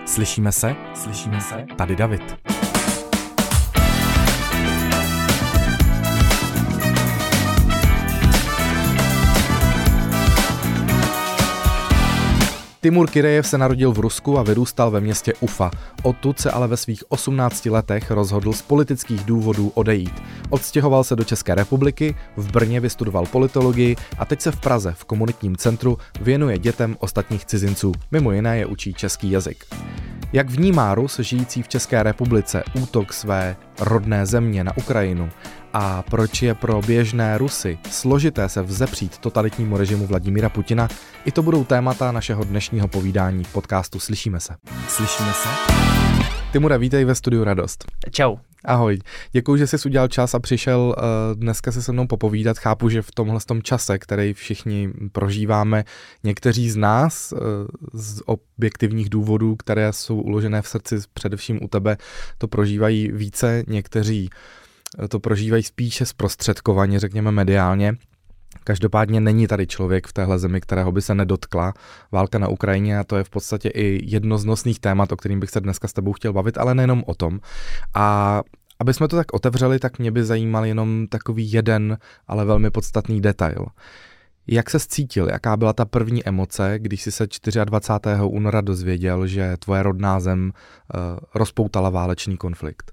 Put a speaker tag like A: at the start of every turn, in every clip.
A: Slyšíme se? Tady David. Timur Kyrejev se narodil v Rusku a vyrůstal ve městě Ufa. Odtud se ale ve svých 18 letech rozhodl z politických důvodů odejít. Odstěhoval se do České republiky, v Brně vystudoval politologii a teď se v Praze v komunitním centru věnuje dětem ostatních cizinců. Mimo jiné je učí český jazyk. Jak vnímá Rus žijící v České republice útok své rodné země na Ukrajinu a proč je pro běžné Rusy složité se vzepřít totalitnímu režimu Vladimíra Putina, i to budou témata našeho dnešního povídání v podcastu Slyšíme se. Timure, vítej ve studiu Radost.
B: Čau.
A: Ahoj, děkuji, že jsi udělal čas a přišel dneska se mnou popovídat. Chápu, že v tomhletom čase, který všichni prožíváme, někteří z nás z objektivních důvodů, které jsou uložené v srdci, především u tebe, to prožívají více, někteří to prožívají spíše zprostředkovaně, řekněme mediálně. Každopádně není tady člověk v téhle zemi, kterého by se nedotkla válka na Ukrajině, a to je v podstatě i jedno z nosných témat, o kterým bych se dneska s tebou chtěl bavit, ale nejenom o tom. A aby jsme to tak otevřeli, tak mě by zajímal jenom takový jeden, ale velmi podstatný detail. Jak ses cítil, jaká byla ta první emoce, když jsi se 24. února dozvěděl, že tvoje rodná zem rozpoutala válečný konflikt?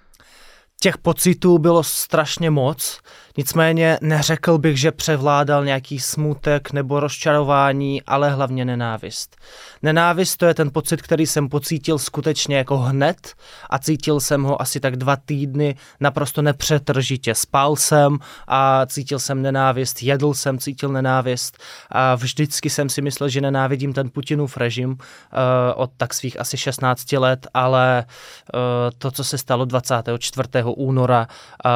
B: Těch pocitů bylo strašně moc, nicméně neřekl bych, že převládal nějaký smutek nebo rozčarování, ale hlavně nenávist. Nenávist, to je ten pocit, který jsem pocítil skutečně jako hned a cítil jsem ho asi tak 2 týdny naprosto nepřetržitě. Spal jsem a cítil jsem nenávist, jedl jsem, cítil nenávist a vždycky jsem si myslel, že nenávidím ten Putinův režim od tak svých asi 16 let, ale to, co se stalo 24. února,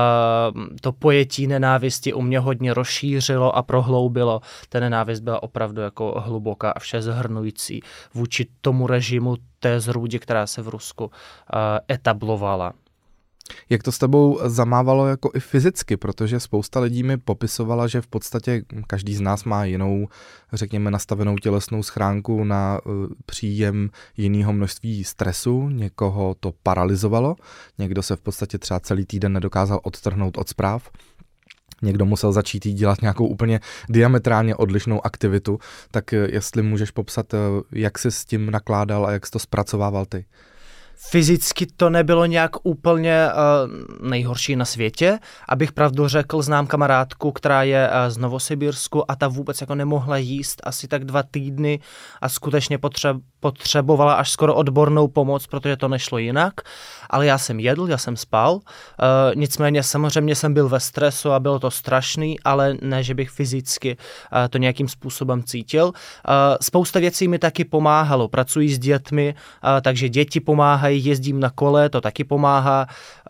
B: to pojetí nenávisti u mě hodně rozšířilo a prohloubilo. Ta nenávist byla opravdu jako hluboká a všezhrnující vůči tomu režimu té zrůdy, která se v Rusku etablovala.
A: Jak to s tebou zamávalo jako i fyzicky, protože spousta lidí mi popisovala, že v podstatě každý z nás má jinou, řekněme, nastavenou tělesnou schránku na příjem jiného množství stresu, někoho to paralyzovalo, někdo se v podstatě třeba celý týden nedokázal odtrhnout od zpráv, někdo musel začít jít dělat nějakou úplně diametrálně odlišnou aktivitu, tak jestli můžeš popsat, jak jsi s tím nakládal a jak jsi to zpracovával ty?
B: Fyzicky to nebylo nějak úplně nejhorší na světě. Abych pravdu řekl, znám kamarádku, která je z Novosibirsku a ta vůbec jako nemohla jíst asi tak 2 týdny a skutečně potřebovala až skoro odbornou pomoc, protože to nešlo jinak. Ale já jsem jedl, já jsem spal, nicméně samozřejmě jsem byl ve stresu a bylo to strašný, ale ne, že bych fyzicky to nějakým způsobem cítil. Spousta věcí mi taky pomáhalo. Pracuji s dětmi, takže děti pomáhají, jezdím na kole, to taky pomáhá,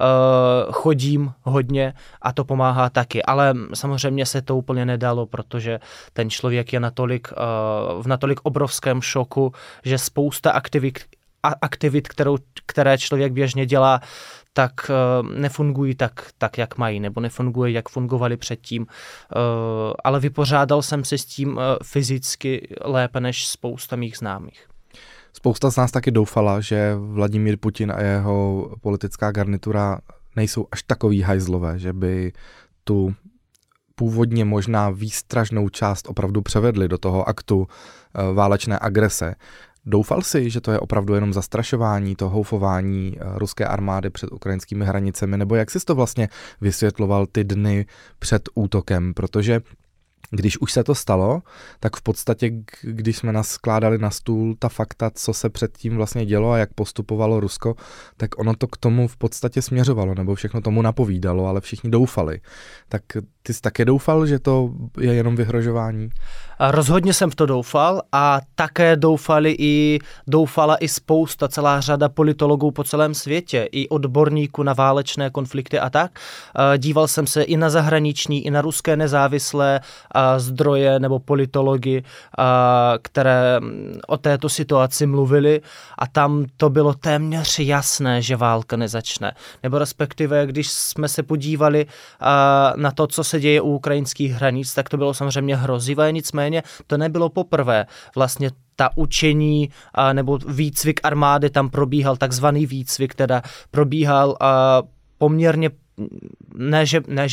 B: chodím hodně a to pomáhá taky. Ale samozřejmě se to úplně nedalo, protože ten člověk je v natolik obrovském šoku, že spousta aktivit, které člověk běžně dělá, tak nefungují tak, jak mají, nebo nefungují, jak fungovaly předtím. Ale vypořádal jsem se s tím fyzicky lépe než spousta mých známých.
A: Spousta z nás taky doufala, že Vladimír Putin a jeho politická garnitura nejsou až takový hajzlové, že by tu původně možná výstražnou část opravdu převedli do toho aktu válečné agrese. Doufal jsi, že to je opravdu jenom zastrašování, to houfování ruské armády před ukrajinskými hranicemi, nebo jak jsi to vlastně vysvětloval ty dny před útokem, protože když už se to stalo, tak v podstatě, když jsme naskládali na stůl ta fakta, co se předtím vlastně dělo a jak postupovalo Rusko, tak ono to k tomu v podstatě směřovalo, nebo všechno tomu napovídalo, ale všichni doufali. Tak ty jsi také doufal, že to je jenom vyhrožování?
B: Rozhodně jsem v to doufal a také doufala i celá řada politologů po celém světě, i odborníků na válečné konflikty a tak. Díval jsem se i na zahraniční, i na ruské nezávislé zdroje nebo politology, které o této situaci mluvili a tam to bylo téměř jasné, že válka nezačne. Nebo respektive, když jsme se podívali na to, co se děje u ukrajinských hranic, tak to bylo samozřejmě hrozivé, nicméně to nebylo poprvé. Vlastně ta učení nebo výcvik armády tam probíhal, takzvaný výcvik, teda probíhal poměrně, ne,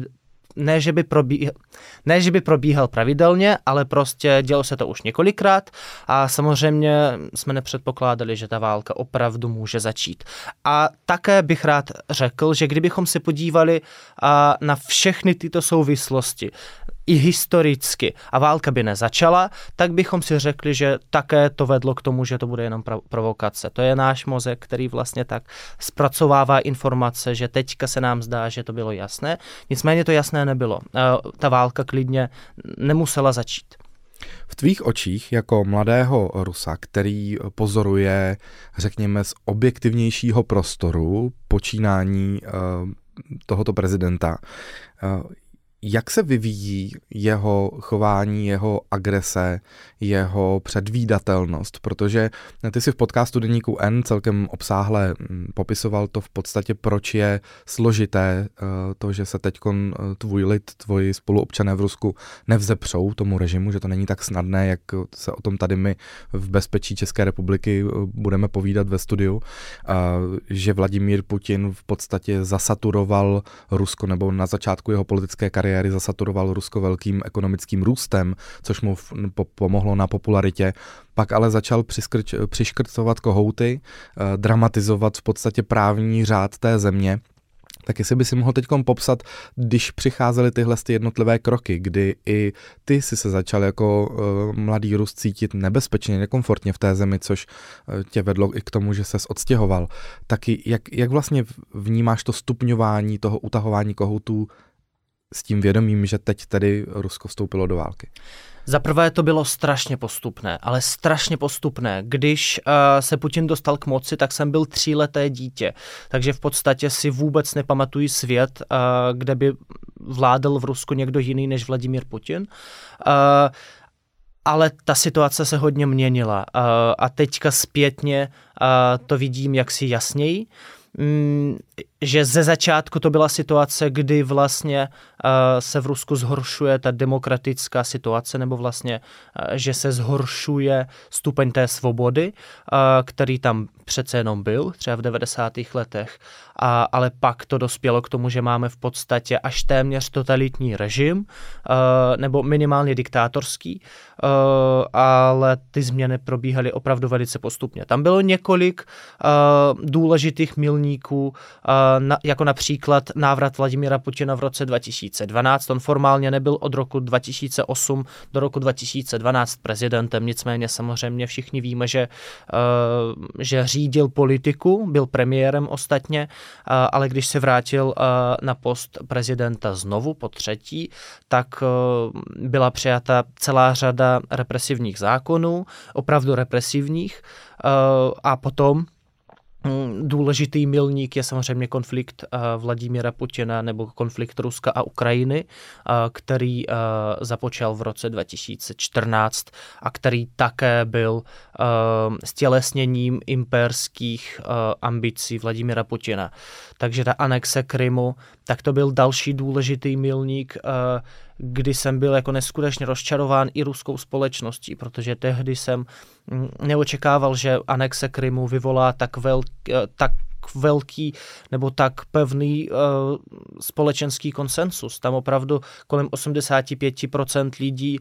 B: že by probíhal pravidelně, ale prostě dělo se to už několikrát a samozřejmě jsme nepředpokládali, že ta válka opravdu může začít. A také bych rád řekl, že kdybychom se podívali na všechny tyto souvislosti, i historicky a válka by nezačala, tak bychom si řekli, že také to vedlo k tomu, že to bude jenom provokace. To je náš mozek, který vlastně tak zpracovává informace, že teďka se nám zdá, že to bylo jasné. Nicméně to jasné nebylo. Ta válka klidně nemusela začít.
A: V tvých očích jako mladého Rusa, který pozoruje, řekněme, z objektivnějšího prostoru počínání tohoto prezidenta, jak se vyvíjí jeho chování, jeho agrese, jeho předvídatelnost? Protože ty si v podcastu Deníku N celkem obsáhle popisoval to v podstatě, proč je složité to, že se teďkon tvůj lid, tvoji spoluobčané v Rusku nevzepřou tomu režimu, že to není tak snadné, jak se o tom tady my v bezpečí České republiky budeme povídat ve studiu, že Vladimír Putin v podstatě zasaturoval Rusko, nebo na začátku jeho politické kariéry zasaturoval Rusko velkým ekonomickým růstem, což mu pomohlo na popularitě. Pak ale začal přiškrcovat kohouty, dramatizovat v podstatě právní řád té země. Tak jestli by si mohl teďkom popsat, když přicházely tyhle jednotlivé kroky, kdy i ty si se začal jako mladý Rus cítit nebezpečně, nekomfortně v té zemi, což tě vedlo i k tomu, že ses odstěhoval. Taky jak vlastně vnímáš to stupňování, toho utahování kohoutů s tím vědomím, že teď tedy Rusko vstoupilo do války?
B: Za prvé to bylo strašně postupné, ale strašně postupné. Když se Putin dostal k moci, tak jsem byl 3leté dítě, takže v podstatě si vůbec nepamatuji svět, kde by vládl v Rusku někdo jiný než Vladimír Putin. Ale ta situace se hodně měnila a teďka zpětně to vidím jaksi jasněji, že ze začátku to byla situace, kdy vlastně se v Rusku zhoršuje ta demokratická situace, nebo vlastně, že se zhoršuje stupeň té svobody, který tam přece jenom byl, třeba v 90. letech, ale pak to dospělo k tomu, že máme v podstatě až téměř totalitní režim, nebo minimálně diktátorský, ale ty změny probíhaly opravdu velice postupně. Tam bylo několik důležitých milníků, jako například návrat Vladimíra Putina v roce 2012. On formálně nebyl od roku 2008 do roku 2012 prezidentem, nicméně samozřejmě všichni víme, že řídil politiku, byl premiérem ostatně, ale když se vrátil na post prezidenta znovu po třetí, tak byla přijata celá řada represivních zákonů, opravdu represivních, a potom důležitý milník je samozřejmě konflikt Vladimíra Putina nebo konflikt Ruska a Ukrajiny, který započal v roce 2014 a který také byl stělesněním imperských ambicí Vladimíra Putina. Takže ta anexe Krymu, tak to byl další důležitý milník, kdy jsem byl jako neskutečně rozčarován i ruskou společností, protože tehdy jsem neočekával, že anexe Krymu vyvolá tak velký nebo tak pevný společenský konsensus. Tam opravdu kolem 85% lidí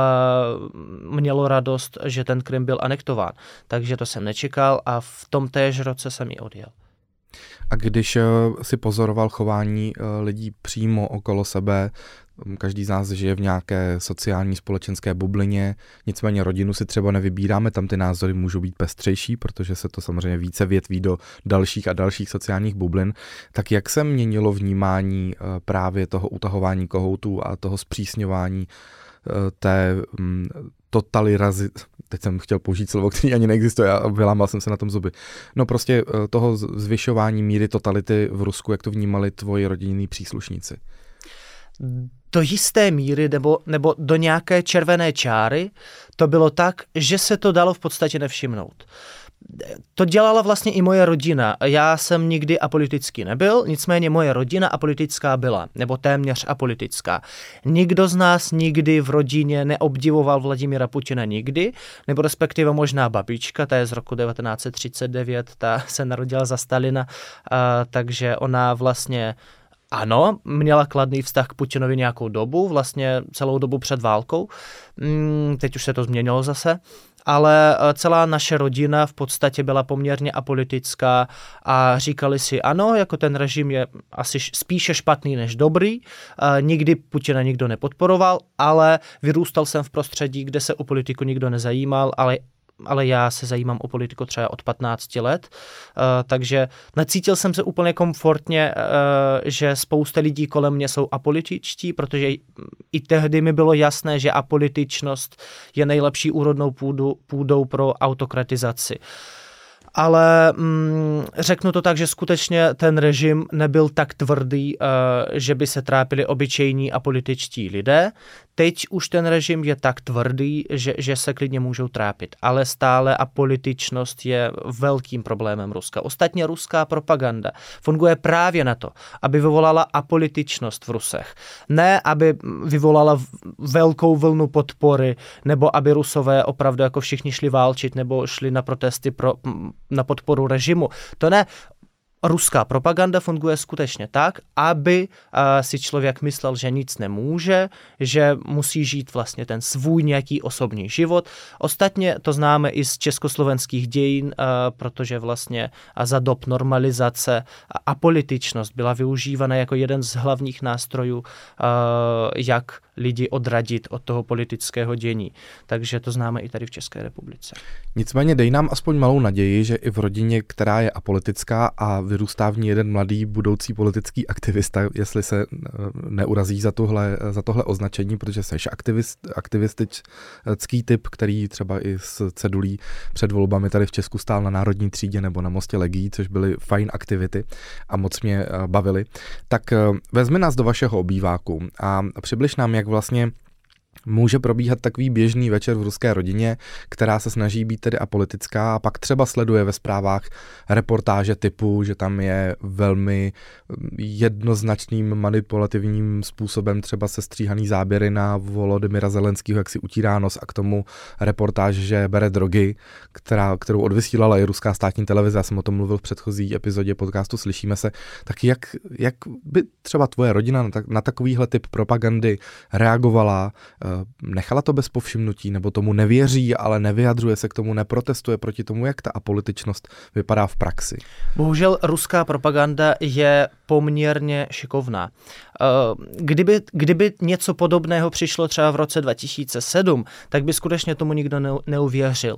B: mělo radost, že ten Krym byl anektován. Takže to jsem nečekal a v tom též roce jsem i odjel.
A: A když si pozoroval chování lidí přímo okolo sebe, každý z nás žije v nějaké sociální společenské bublině, nicméně rodinu si třeba nevybíráme, tam ty názory můžou být pestřejší, protože se to samozřejmě více větví do dalších a dalších sociálních bublin. Tak jak se měnilo vnímání právě toho utahování kohoutů a toho zpřísňování té teď jsem chtěl použít slovo, který ani neexistuje a vylámal jsem se na tom zuby. No prostě toho zvyšování míry totality v Rusku, jak to vnímali tvoji rodinní příslušníci?
B: do jisté míry nebo do nějaké červené čáry to bylo tak, že se to dalo v podstatě nevšimnout. To dělala vlastně i moje rodina. Já jsem nikdy apolitický nebyl, nicméně moje rodina apolitická byla, nebo téměř apolitická. Nikdo z nás nikdy v rodině neobdivoval Vladimira Putina nikdy, nebo respektive možná babička, ta je z roku 1939, ta se narodila za Stalina, takže ona vlastně ano, měla kladný vztah k Putinovi nějakou dobu, vlastně celou dobu před válkou, teď už se to změnilo zase, ale celá naše rodina v podstatě byla poměrně apolitická a říkali si ano, jako ten režim je asi spíše špatný než dobrý, nikdy Putina nikdo nepodporoval, ale vyrůstal jsem v prostředí, kde se o politiku nikdo nezajímal, ale já se zajímám o politiku třeba od 15 let, takže necítil jsem se úplně komfortně, že spousta lidí kolem mě jsou apolitičtí, protože i tehdy mi bylo jasné, že apolitičnost je nejlepší úrodnou půdou pro autokratizaci. Ale řeknu to tak, že skutečně ten režim nebyl tak tvrdý, že by se trápili obyčejní apolitičtí lidé. Teď už ten režim je tak tvrdý, že se klidně můžou trápit, ale stále apolitičnost je velkým problémem Ruska. Ostatně ruská propaganda funguje právě na to, aby vyvolala apolitičnost v Rusech. Ne, aby vyvolala velkou vlnu podpory, nebo aby Rusové opravdu jako všichni šli válčit, nebo šli na protesty na podporu režimu. To ne. Ruská propaganda funguje skutečně tak, aby si člověk myslel, že nic nemůže, že musí žít vlastně ten svůj nějaký osobní život. Ostatně to známe i z československých dějin, protože vlastně za dob normalizace apolitičnost byla využívána jako jeden z hlavních nástrojů, jak lidi odradit od toho politického dění. Takže to známe i tady v České republice.
A: Nicméně dej nám aspoň malou naději, že i v rodině, která je apolitická a vyrůstá v ní jeden mladý budoucí politický aktivista, jestli se neurazí za tohle označení, protože jsi aktivistický typ, který třeba i s cedulí před volbami tady v Česku stál na Národní třídě nebo na Mostě legií, což byly fajn aktivity a moc mě bavily. Tak vezmi nás do vašeho obýváku a přibliž nám, jak vlastně může probíhat takový běžný večer v ruské rodině, která se snaží být tedy apolitická a pak třeba sleduje ve zprávách reportáže typu, že tam je velmi jednoznačným manipulativním způsobem třeba sestříhaný záběry na Volodymyra Zelenského, jak si utírá nos, a k tomu reportáž, že bere drogy, kterou odvysílala i ruská státní televize. Já jsem o tom mluvil v předchozí epizodě podcastu Slyšíme se. Tak jak by třeba tvoje rodina na takovýhle typ propagandy reagovala? Nechala to bez povšimnutí, nebo tomu nevěří, ale nevyjadřuje se k tomu, neprotestuje proti tomu, jak ta apolitičnost vypadá v praxi?
B: Bohužel ruská propaganda je poměrně šikovná. Kdyby něco podobného přišlo třeba v roce 2007, tak by skutečně tomu nikdo neuvěřil.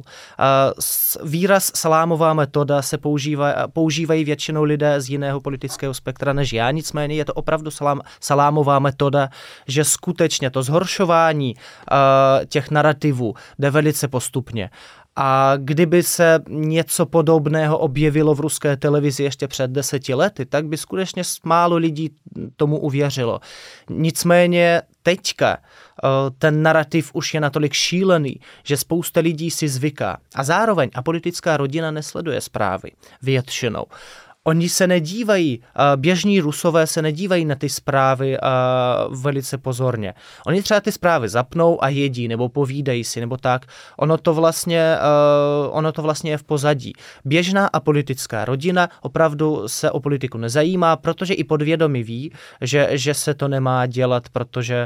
B: Výraz salámová metoda se používají většinou lidé z jiného politického spektra než já, nicméně je to opravdu salámová metoda, že skutečně to zhoršování těch narrativů jde velice postupně. A kdyby se něco podobného objevilo v ruské televizi ještě před 10 lety, tak by skutečně málo lidí tomu uvěřilo. Nicméně teďka ten narrativ už je natolik šílený, že spousta lidí si zvyká. A zároveň apolitická rodina nesleduje zprávy většinou. Oni se nedívají, běžní Rusové se nedívají na ty zprávy velice pozorně. Oni třeba ty zprávy zapnou a jedí, nebo povídají si, nebo tak. Ono to vlastně je v pozadí. Běžná apolitická rodina opravdu se o politiku nezajímá, protože i podvědomě ví, že se to nemá dělat, protože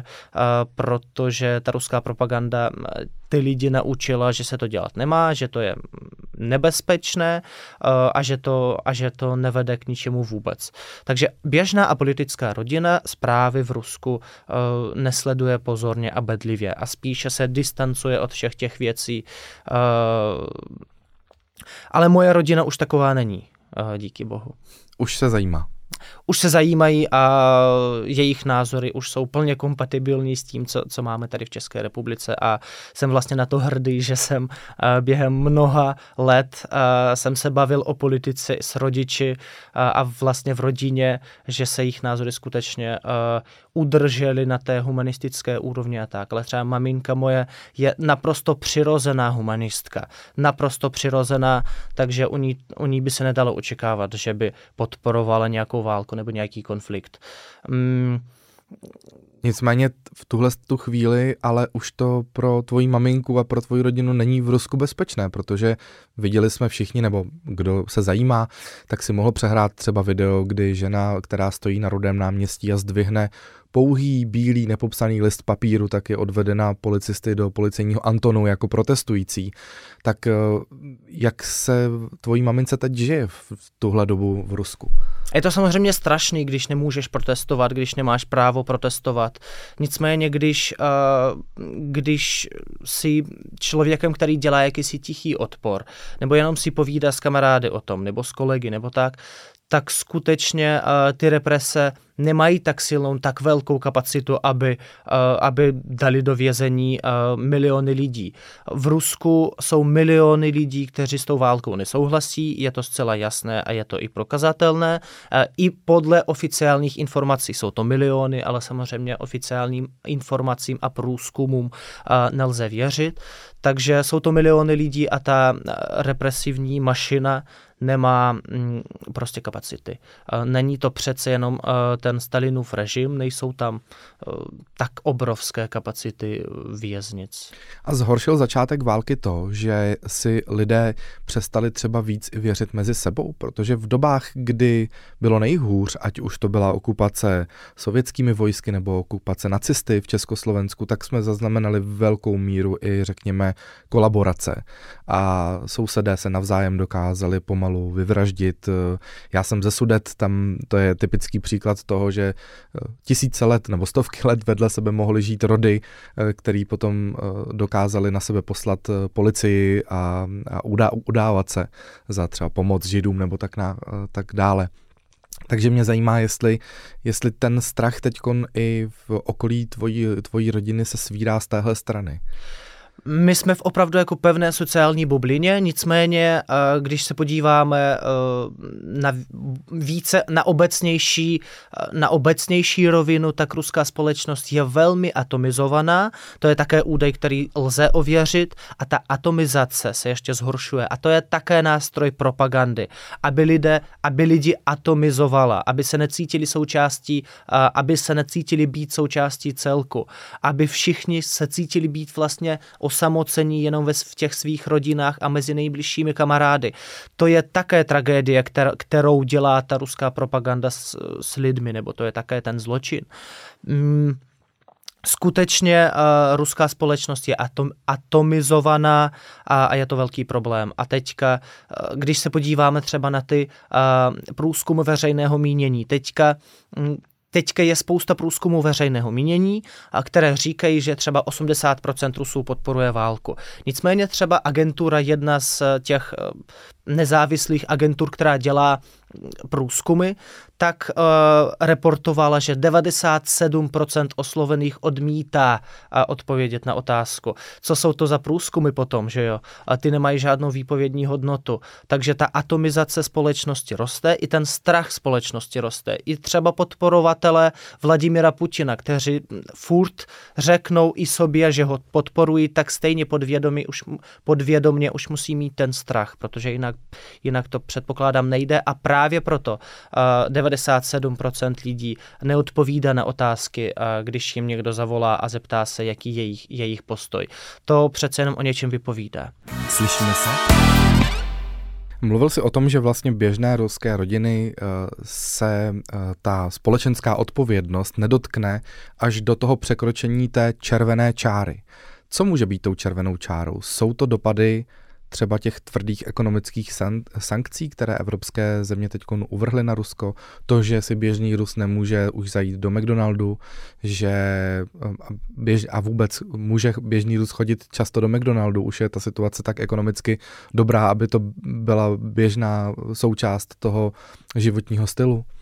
B: ta ruská propaganda ty lidi naučila, že se to dělat nemá, že to je nebezpečné a že to nevede k ničemu vůbec. Takže běžná apolitická rodina zprávy v Rusku nesleduje pozorně a bedlivě a spíše se distancuje od všech těch věcí. Ale moje rodina už taková není, díky bohu.
A: Už se zajímá.
B: už se zajímají a jejich názory už jsou plně kompatibilní s tím, co máme tady v České republice a jsem vlastně na to hrdý, že jsem během mnoha let jsem se bavil o politice s rodiči a vlastně v rodině, že se jejich názory skutečně udrželi na té humanistické úrovni a tak. Ale třeba maminka moje je naprosto přirozená humanistka. Naprosto přirozená, takže u ní by se nedalo očekávat, že by podporovala nějakou válku nebo nějaký konflikt.
A: Nicméně v tu chvíli, ale už to pro tvoji maminku a pro tvoji rodinu není v Rusku bezpečné, protože viděli jsme všichni, nebo kdo se zajímá, tak si mohl přehrát třeba video, kdy žena, která stojí na Rudém náměstí a zdvihne pouhý bílý nepopsaný list papíru, tak je odvedena policisty do policejního Antonu jako protestující. Tak jak se tvojí mamince teď žije v tuhle dobu v Rusku?
B: Je to samozřejmě strašný, když nemůžeš protestovat, když nemáš právo protestovat. Nicméně, když jsi člověkem, který dělá jakýsi tichý odpor, nebo jenom si povídá s kamarády o tom, nebo s kolegy, nebo tak skutečně ty represe nemají tak silnou, tak velkou kapacitu, aby dali do vězení miliony lidí. V Rusku jsou miliony lidí, kteří s tou válkou nesouhlasí, je to zcela jasné a je to i prokazatelné. I podle oficiálních informací jsou to miliony, ale samozřejmě oficiálním informacím a průzkumům nelze věřit. Takže jsou to miliony lidí a ta represivní mašina nemá prostě kapacity. Není to přece jenom ten Stalinův režim, nejsou tam tak obrovské kapacity věznic.
A: A zhoršil začátek války to, že si lidé přestali třeba víc i věřit mezi sebou, protože v dobách, kdy bylo nejhůř, ať už to byla okupace sovětskými vojsky nebo okupace nacisty v Československu, tak jsme zaznamenali velkou míru i, řekněme, kolaborace. A sousedé se navzájem dokázali pomalu vyvraždit. Já jsem ze Sudet, tam to je typický příklad toho, že tisíce let nebo stovky let vedle sebe mohly žít rody, který potom dokázali na sebe poslat policii a udávat se za třeba pomoc Židům nebo tak dále. Takže mě zajímá, jestli ten strach teďkon i v okolí tvojí rodiny se svírá z téhle strany.
B: My jsme v opravdu jako pevné sociální bublině, nicméně když se podíváme na obecnější rovinu, tak ruská společnost je velmi atomizovaná. To je také údaj, který lze ověřit a ta atomizace se ještě zhoršuje. A to je také nástroj propagandy, aby lidi atomizovala, aby se necítili být součástí celku, aby všichni se cítili být vlastně osamocení jenom v těch svých rodinách a mezi nejbližšími kamarády. To je také tragédie, kterou dělá ta ruská propaganda s lidmi, nebo to je také ten zločin. Skutečně ruská společnost je atomizovaná a je to velký problém. A teďka, když se podíváme třeba na ty průzkumy veřejného mínění, Teďka je spousta průzkumů veřejného mínění, které říkají, že třeba 80% Rusů podporuje válku. Nicméně třeba agentura, jedna z těch nezávislých agentur, která dělá průzkumy, tak reportovala, že 97% oslovených odmítá odpovědět na otázku. Co jsou to za průzkumy potom, že jo? A ty nemají žádnou výpovědní hodnotu. Takže ta atomizace společnosti roste, i ten strach společnosti roste. I třeba podporovatelé Vladimira Putina, kteří furt řeknou i sobě, že ho podporují, tak stejně podvědomě už musí mít ten strach, protože jinak to předpokládám nejde a právě proto 97% lidí neodpovídá na otázky, když jim někdo zavolá a zeptá se, jaký je jejich postoj. To přece jenom o něčem vypovídá.
A: Slyšíme se? Mluvil jsi o tom, že vlastně běžné ruské rodiny se ta společenská odpovědnost nedotkne až do toho překročení té červené čáry. Co může být tou červenou čárou? Jsou to dopady třeba těch tvrdých ekonomických sankcí, které evropské země teď uvrhly na Rusko, to, že si běžný Rus nemůže už zajít do McDonaldu, a vůbec může běžný Rus chodit často do McDonaldu, už je ta situace tak ekonomicky dobrá, aby to byla běžná součást toho životního stylu.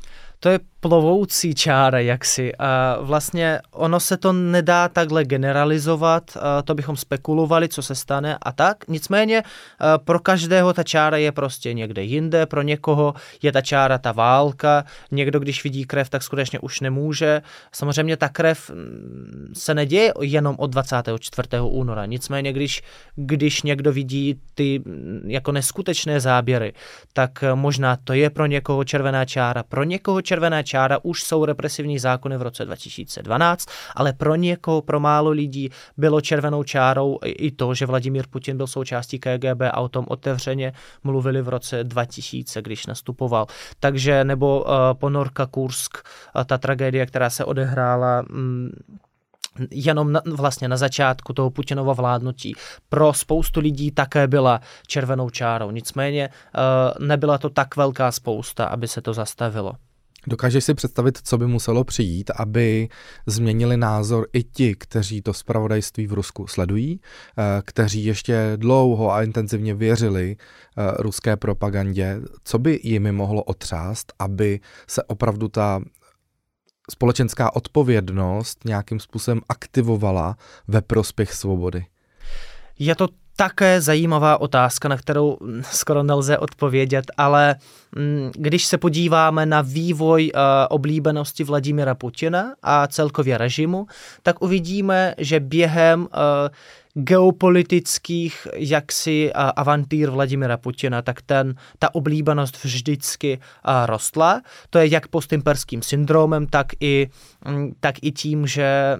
B: To je plovoucí čára jaksi. A vlastně ono se to nedá takhle generalizovat, to bychom spekulovali, co se stane a tak. Nicméně pro každého ta čára je prostě někde jinde, pro někoho je ta čára ta válka, někdo když vidí krev, tak skutečně už nemůže. Samozřejmě ta krev se neděje jenom od 24. února, nicméně když někdo vidí ty jako neskutečné záběry, tak možná to je pro někoho červená čára. Pro někoho červená čára už jsou represivní zákony v roce 2012, ale pro někoho, pro málo lidí bylo červenou čárou i to, že Vladimír Putin byl součástí KGB a o tom otevřeně mluvili v roce 2000, když nastupoval. Takže nebo ponorka Kursk, ta tragédie, která se odehrála jenom vlastně na začátku toho Putinova vládnutí. Pro spoustu lidí také byla červenou čárou. Nicméně nebyla to tak velká spousta, aby se to zastavilo.
A: Dokážeš si představit, co by muselo přijít, aby změnili názor i ti, kteří to zpravodajství v Rusku sledují, kteří ještě dlouho a intenzivně věřili ruské propagandě? Co by jimi mohlo otřást, aby se opravdu ta společenská odpovědnost nějakým způsobem aktivovala ve prospěch svobody?
B: Je to také zajímavá otázka, na kterou skoro nelze odpovědět, ale když se podíváme na vývoj oblíbenosti Vladimira Putina a celkově režimu, tak uvidíme, že během geopolitických jaksi avantýr Vladimira Putina, tak ta oblíbenost vždycky rostla. To je jak postimperským syndromem, tak i tím, že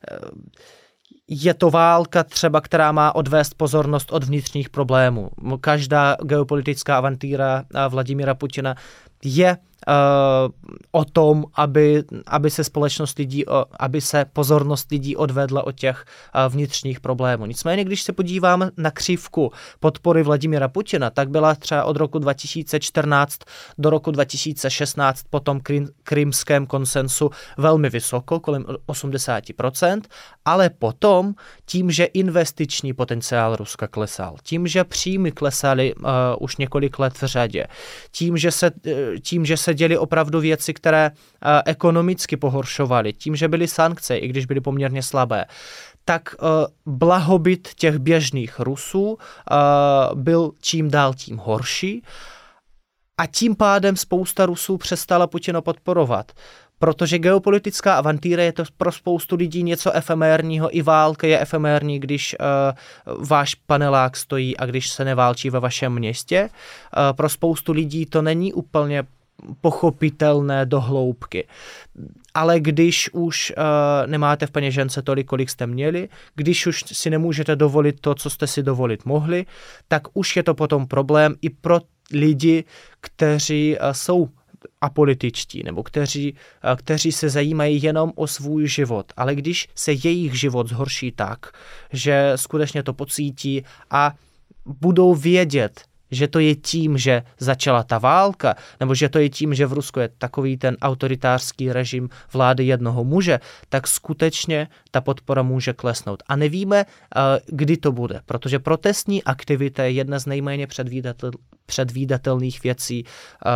B: je to válka třeba, která má odvést pozornost od vnitřních problémů. Každá geopolitická avantýra Vladimira Putina je o tom, aby se pozornost lidí odvedla od těch vnitřních problémů. Nicméně, když se podíváme na křivku podpory Vladimira Putina, tak byla třeba od roku 2014 do roku 2016 po tom krymském konsensu velmi vysoko, kolem 80%, ale potom tím, že investiční potenciál Ruska klesal, tím, že příjmy klesaly už několik let v řadě, tím, že se děly opravdu věci, které ekonomicky pohoršovaly, tím, že byly sankce, i když byly poměrně slabé, tak blahobyt těch běžných Rusů byl čím dál tím horší a tím pádem spousta Rusů přestala Putina podporovat. Protože geopolitická avantýra je to pro spoustu lidí něco efemérního, i válka je efemérní, když váš panelák stojí a když se neválčí ve vašem městě. Pro spoustu lidí to není úplně pochopitelné do hloubky. Ale když už nemáte v peněžence tolik, kolik jste měli, když už si nemůžete dovolit to, co jste si dovolit mohli, tak už je to potom problém i pro lidi, kteří jsou apolitičtí, nebo kteří se zajímají jenom o svůj život. Ale když se jejich život zhorší tak, že skutečně to pocítí a budou vědět, že to je tím, že začala ta válka, nebo že to je tím, že v Rusku je takový ten autoritářský režim vlády jednoho muže, tak skutečně ta podpora může klesnout. A nevíme, kdy to bude, protože protestní aktivita je jedna z nejméně předvídatelných věcí,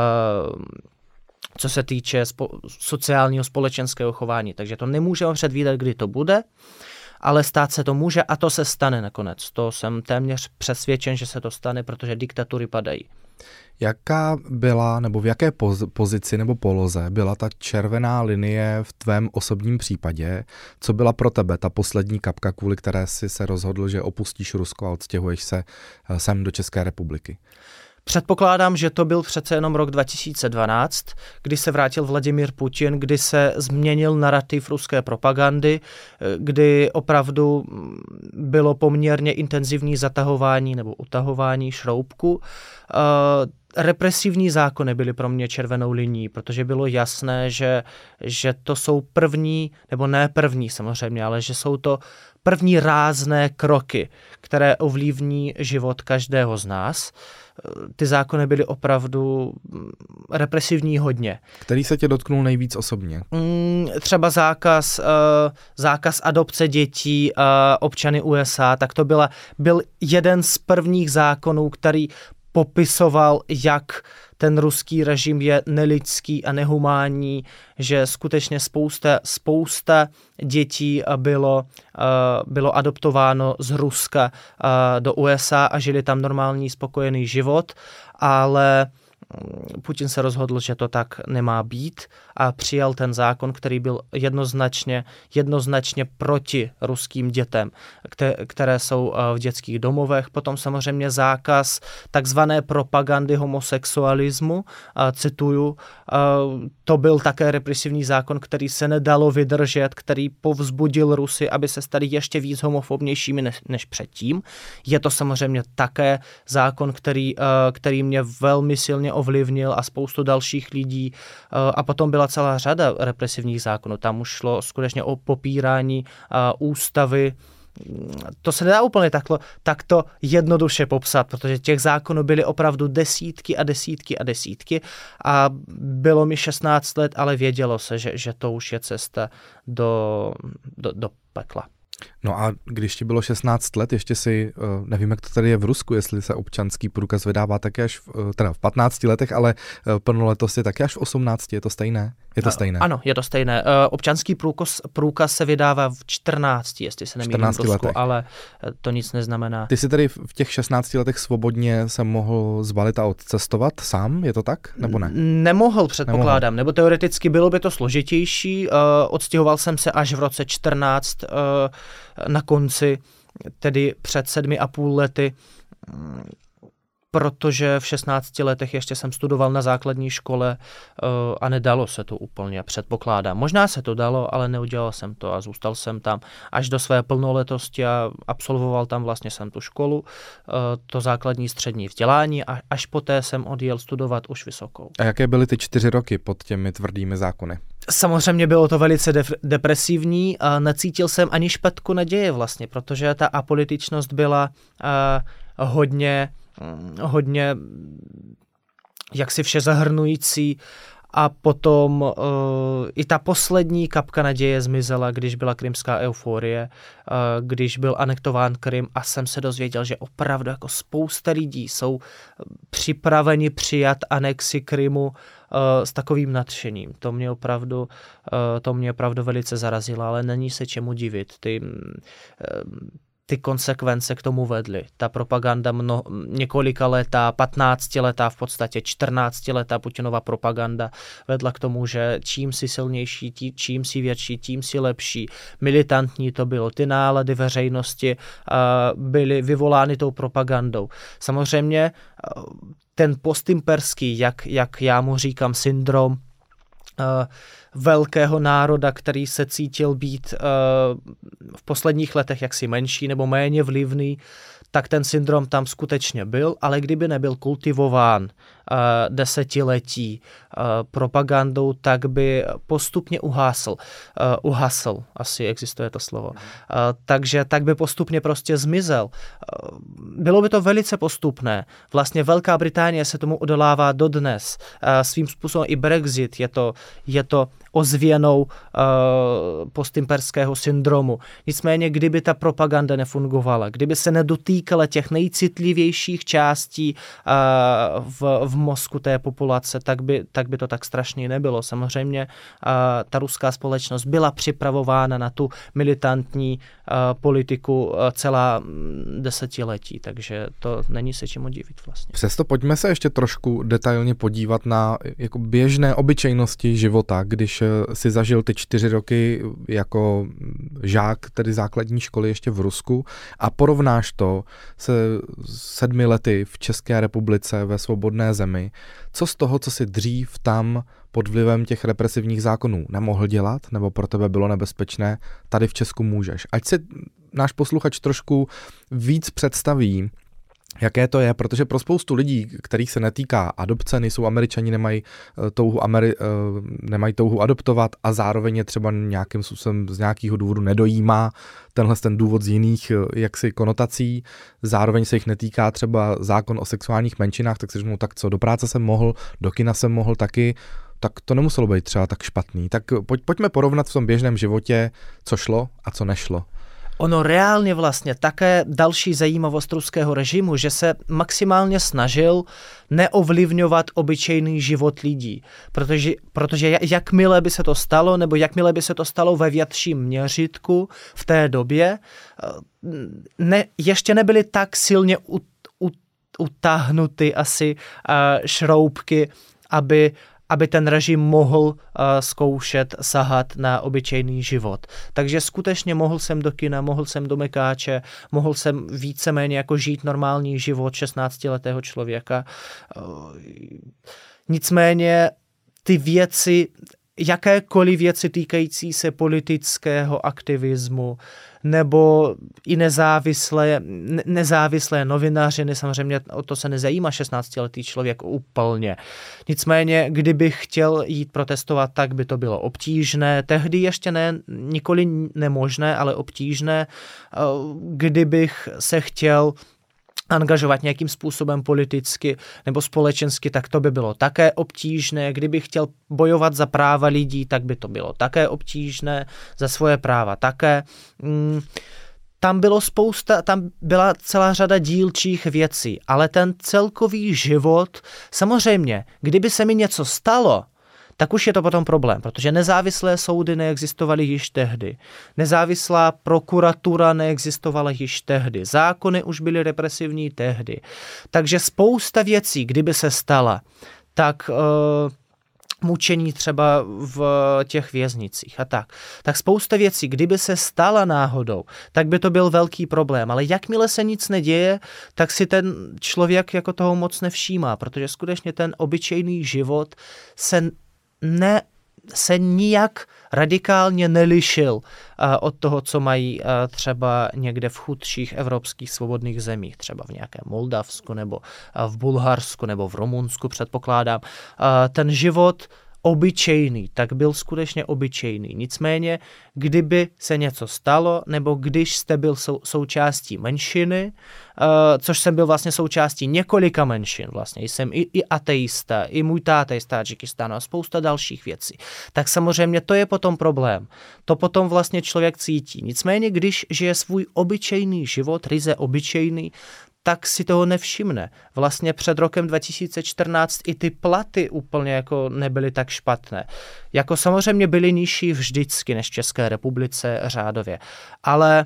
B: co se týče sociálního společenského chování. Takže to nemůžeme předvídat, kdy to bude, ale stát se to může a to se stane nakonec. To jsem téměř přesvědčen, že se to stane, protože diktatury padají.
A: Jaká byla, nebo v jaké pozici nebo poloze byla ta červená linie v tvém osobním případě? Co byla pro tebe ta poslední kapka, kvůli které jsi se rozhodl, že opustíš Rusko a odstěhuješ se sem do České republiky?
B: Předpokládám, že to byl přece jenom rok 2012, kdy se vrátil Vladimír Putin, kdy se změnil narrativ ruské propagandy, kdy opravdu bylo poměrně intenzivní zatahování nebo utahování šroubku. Represivní zákony byly pro mě červenou linií, protože bylo jasné, že to jsou první, nebo ne první samozřejmě, ale že jsou to první rázné kroky, které ovlivní život každého z nás. Ty zákony byly opravdu represivní hodně.
A: Který se tě dotknul nejvíc osobně?
B: Třeba zákaz adopce dětí občany USA, tak to byl jeden z prvních zákonů, který popisoval, jak ten ruský režim je nelidský a nehumánní, že skutečně spousta dětí bylo adoptováno z Ruska do USA a žili tam normální spokojený život, ale Putin se rozhodl, že to tak nemá být a přijal ten zákon, který byl jednoznačně proti ruským dětem, které jsou v dětských domovech. Potom samozřejmě zákaz takzvané propagandy homosexualismu, cituju, to byl také represivní zákon, který se nedalo vydržet, který povzbudil Rusy, aby se stali ještě víc homofobnějšími než předtím. Je to samozřejmě také zákon, který mě velmi silně ovlivnil a spoustu dalších lidí. A potom byla celá řada represivních zákonů. Tam už šlo skutečně o popírání ústavy. To se nedá úplně takto jednoduše popsat, protože těch zákonů byly opravdu desítky a bylo mi 16 let, ale vědělo se, že to už je cesta do pekla.
A: No a když ti bylo 16 let, ještě si, nevím, jak to tady je v Rusku, jestli se občanský průkaz vydává také až v 15 letech, ale plnoletost je také až v 18, je to stejné? Je to stejné?
B: Ano, je to stejné. Občanský průkaz se vydává v 14, jestli se nemýlím v Rusku, letech. Ale to nic neznamená.
A: Ty jsi tedy v těch 16 letech svobodně se mohl zbalit a odcestovat sám, je to tak, nebo ne?
B: Nemohl, předpokládám, nebo teoreticky bylo by to složitější. Odstěhoval jsem se až v roce 14 na konci, tedy před 7,5 lety, protože v 16 letech ještě jsem studoval na základní škole a nedalo se to úplně, předpokládám. Možná se to dalo, ale neudělal jsem to a zůstal jsem tam až do své plnoletosti a absolvoval tam vlastně jsem tu školu, to základní střední vzdělání a až poté jsem odjel studovat už vysokou.
A: A jaké byly ty 4 roky pod těmi tvrdými zákony?
B: Samozřejmě bylo to velice depresivní a necítil jsem ani špetku naděje vlastně, protože ta apolitičnost byla hodně jaksi vše zahrnující a potom i ta poslední kapka naděje zmizela, když byla krymská euforie, když byl anektován Krym a jsem se dozvěděl, že opravdu jako spousta lidí jsou připraveni přijat anexi Krymu s takovým nadšením. To mě opravdu velice zarazilo, ale není se čemu divit. Ty konsekvence k tomu vedly. Ta propaganda několika letá, 15 letá, v podstatě 14 letá Putinova propaganda vedla k tomu, že čím si silnější, čím si větší, tím si lepší. Militantní to bylo. Ty nálady veřejnosti byly vyvolány tou propagandou. Samozřejmě ten postimperský, jak já mu říkám, syndrom velkého národa, který se cítil být v posledních letech jaksi menší nebo méně vlivný, tak ten syndrom tam skutečně byl, ale kdyby nebyl kultivován desetiletí propagandou, tak by postupně uhasl, asi existuje to slovo. Takže tak by postupně prostě zmizel. Bylo by to velice postupné. Vlastně Velká Británie se tomu odolává dodnes. Svým způsobem i Brexit je to ozvěnou postimperského syndromu. Nicméně, kdyby ta propaganda nefungovala, kdyby se nedotýkala těch nejcitlivějších částí v mozku té populace, tak by to tak strašně nebylo. Samozřejmě ta ruská společnost byla připravována na tu militantní politiku celá desetiletí, takže to není se čemu divit vlastně.
A: Přesto pojďme se ještě trošku detailně podívat na jako běžné obyčejnosti života, když si zažil ty 4 roky jako žák, tedy základní školy ještě v Rusku a porovnáš to se 7 lety v České republice ve svobodné zemi. Co z toho, co si dřív tam pod vlivem těch represivních zákonů nemohl dělat, nebo pro tebe bylo nebezpečné, tady v Česku můžeš? Ať si náš posluchač trošku víc představí, jaké to je, protože pro spoustu lidí, kterých se netýká adopce, nejsou Američani, nemají touhu adoptovat a zároveň je třeba nějakým způsobem z nějakého důvodu nedojímá ten důvod z jiných jaksi konotací, zároveň se jich netýká třeba zákon o sexuálních menšinách, tak si řeknou, tak co, do práce jsem mohl, do kina jsem mohl taky, tak to nemuselo být třeba tak špatný. Tak pojďme porovnat v tom běžném životě, co šlo a co nešlo.
B: Ono reálně vlastně také další zajímavost ruského režimu, že se maximálně snažil neovlivňovat obyčejný život lidí. Protože jakmile by se to stalo, nebo jakmile by se to stalo ve větším měřítku v té době, ještě nebyly tak silně utáhnuty asi šroubky, aby ten režim mohl zkoušet sahat na obyčejný život. Takže skutečně mohl jsem do kina, mohl jsem do mekáče, mohl jsem víceméně jako žít normální život 16letého člověka. Nicméně ty věci, jakékoliv věci týkající se politického aktivismu nebo i nezávislé novinařiny, samozřejmě o to se nezajímá 16letý člověk úplně. Nicméně, kdybych chtěl jít protestovat, tak by to bylo obtížné. Tehdy ještě nikoli nemožné, ale obtížné. Kdybych se chtěl angažovat nějakým způsobem politicky nebo společensky, tak to by bylo také obtížné. Kdybych chtěl bojovat za práva lidí, tak by to bylo také obtížné, za svoje práva také. Tam byla celá řada dílčích věcí, ale ten celkový život, samozřejmě, kdyby se mi něco stalo, tak už je to potom problém, protože nezávislé soudy neexistovaly již tehdy. Nezávislá prokuratura neexistovala již tehdy. Zákony už byly represivní tehdy. Takže spousta věcí, kdyby se stala, tak mučení třeba v těch věznicích a tak spousta věcí, kdyby se stala náhodou, tak by to byl velký problém. Ale jakmile se nic neděje, tak si ten člověk jako toho moc nevšímá, protože skutečně ten obyčejný život se nijak radikálně nelišil od toho, co mají třeba někde v chudších evropských svobodných zemích, třeba v nějakém Moldavsku nebo v Bulharsku nebo v Rumunsku, předpokládám. Ten život obyčejný, tak byl skutečně obyčejný. Nicméně, kdyby se něco stalo, nebo když jste byl součástí menšiny, což jsem byl vlastně součástí několika menšin, vlastně jsem i ateista, i můj táta je z Tadžikistánu a spousta dalších věcí, tak samozřejmě to je potom problém. To potom vlastně člověk cítí. Nicméně, když žije svůj obyčejný život, ryze obyčejný, tak si toho nevšimne. Vlastně před rokem 2014 i ty platy úplně jako nebyly tak špatné. Jako samozřejmě byly nižší vždycky než v České republice řádově. Ale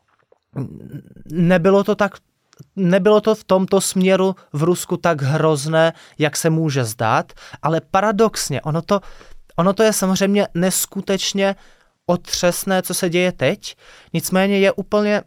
B: nebylo to v tomto směru v Rusku tak hrozné, jak se může zdát, ale paradoxně, ono to je samozřejmě neskutečně otřesné, co se děje teď, nicméně je úplně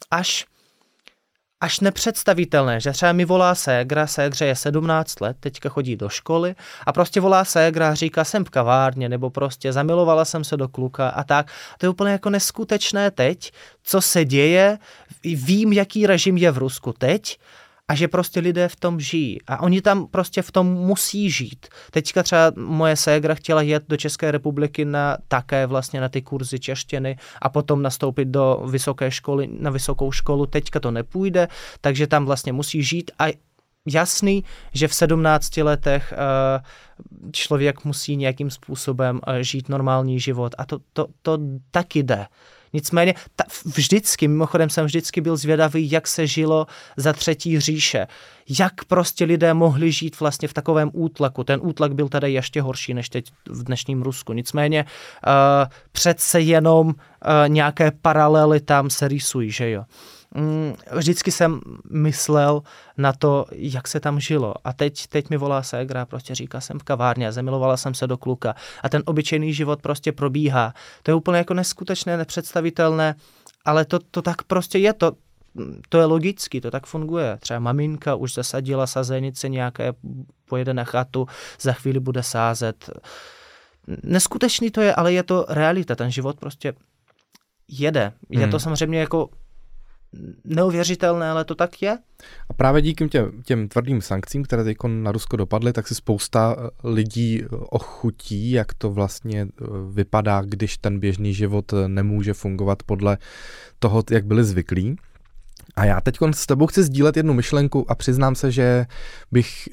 B: až nepředstavitelné, že třeba mi volá ségře je 17 let, teďka chodí do školy a prostě volá ségra a říká, jsem v kavárně, nebo prostě zamilovala jsem se do kluka a tak. To je úplně jako neskutečné teď, co se děje, vím, jaký režim je v Rusku teď a že prostě lidé v tom žijí a oni tam prostě v tom musí žít. Teďka třeba moje ségra chtěla jet do České republiky také vlastně na ty kurzy češtiny a potom nastoupit do vysoké školy, na vysokou školu, teďka to nepůjde, takže tam vlastně musí žít a jasný, že v 17 letech člověk musí nějakým způsobem žít normální život a to taky jde. Nicméně mimochodem jsem vždycky byl zvědavý, jak se žilo za Třetí říše. Jak prostě lidé mohli žít vlastně v takovém útlaku. Ten útlak byl tady ještě horší než teď v dnešním Rusku. Nicméně přece jenom nějaké paralely tam se rýsují, že jo. Vždycky jsem myslel na to, jak se tam žilo. A teď mi volá ségra, prostě říká, jsem v kavárně, zamilovala jsem se do kluka. A ten obyčejný život prostě probíhá. To je úplně jako neskutečné, nepředstavitelné, ale to tak prostě je. To je logicky, to tak funguje. Třeba maminka už zasadila sazenice nějaké, pojede na chatu, za chvíli bude sázet. Neskutečný to je, ale je to realita. Ten život prostě jede. Je to samozřejmě jako neuvěřitelné, ale to tak je.
A: A právě díky těm tvrdým sankcím, které teď na Rusko dopadly, tak si spousta lidí ochutí, jak to vlastně vypadá, když ten běžný život nemůže fungovat podle toho, jak byli zvyklí. A já teď s tebou chci sdílet jednu myšlenku a přiznám se, že bych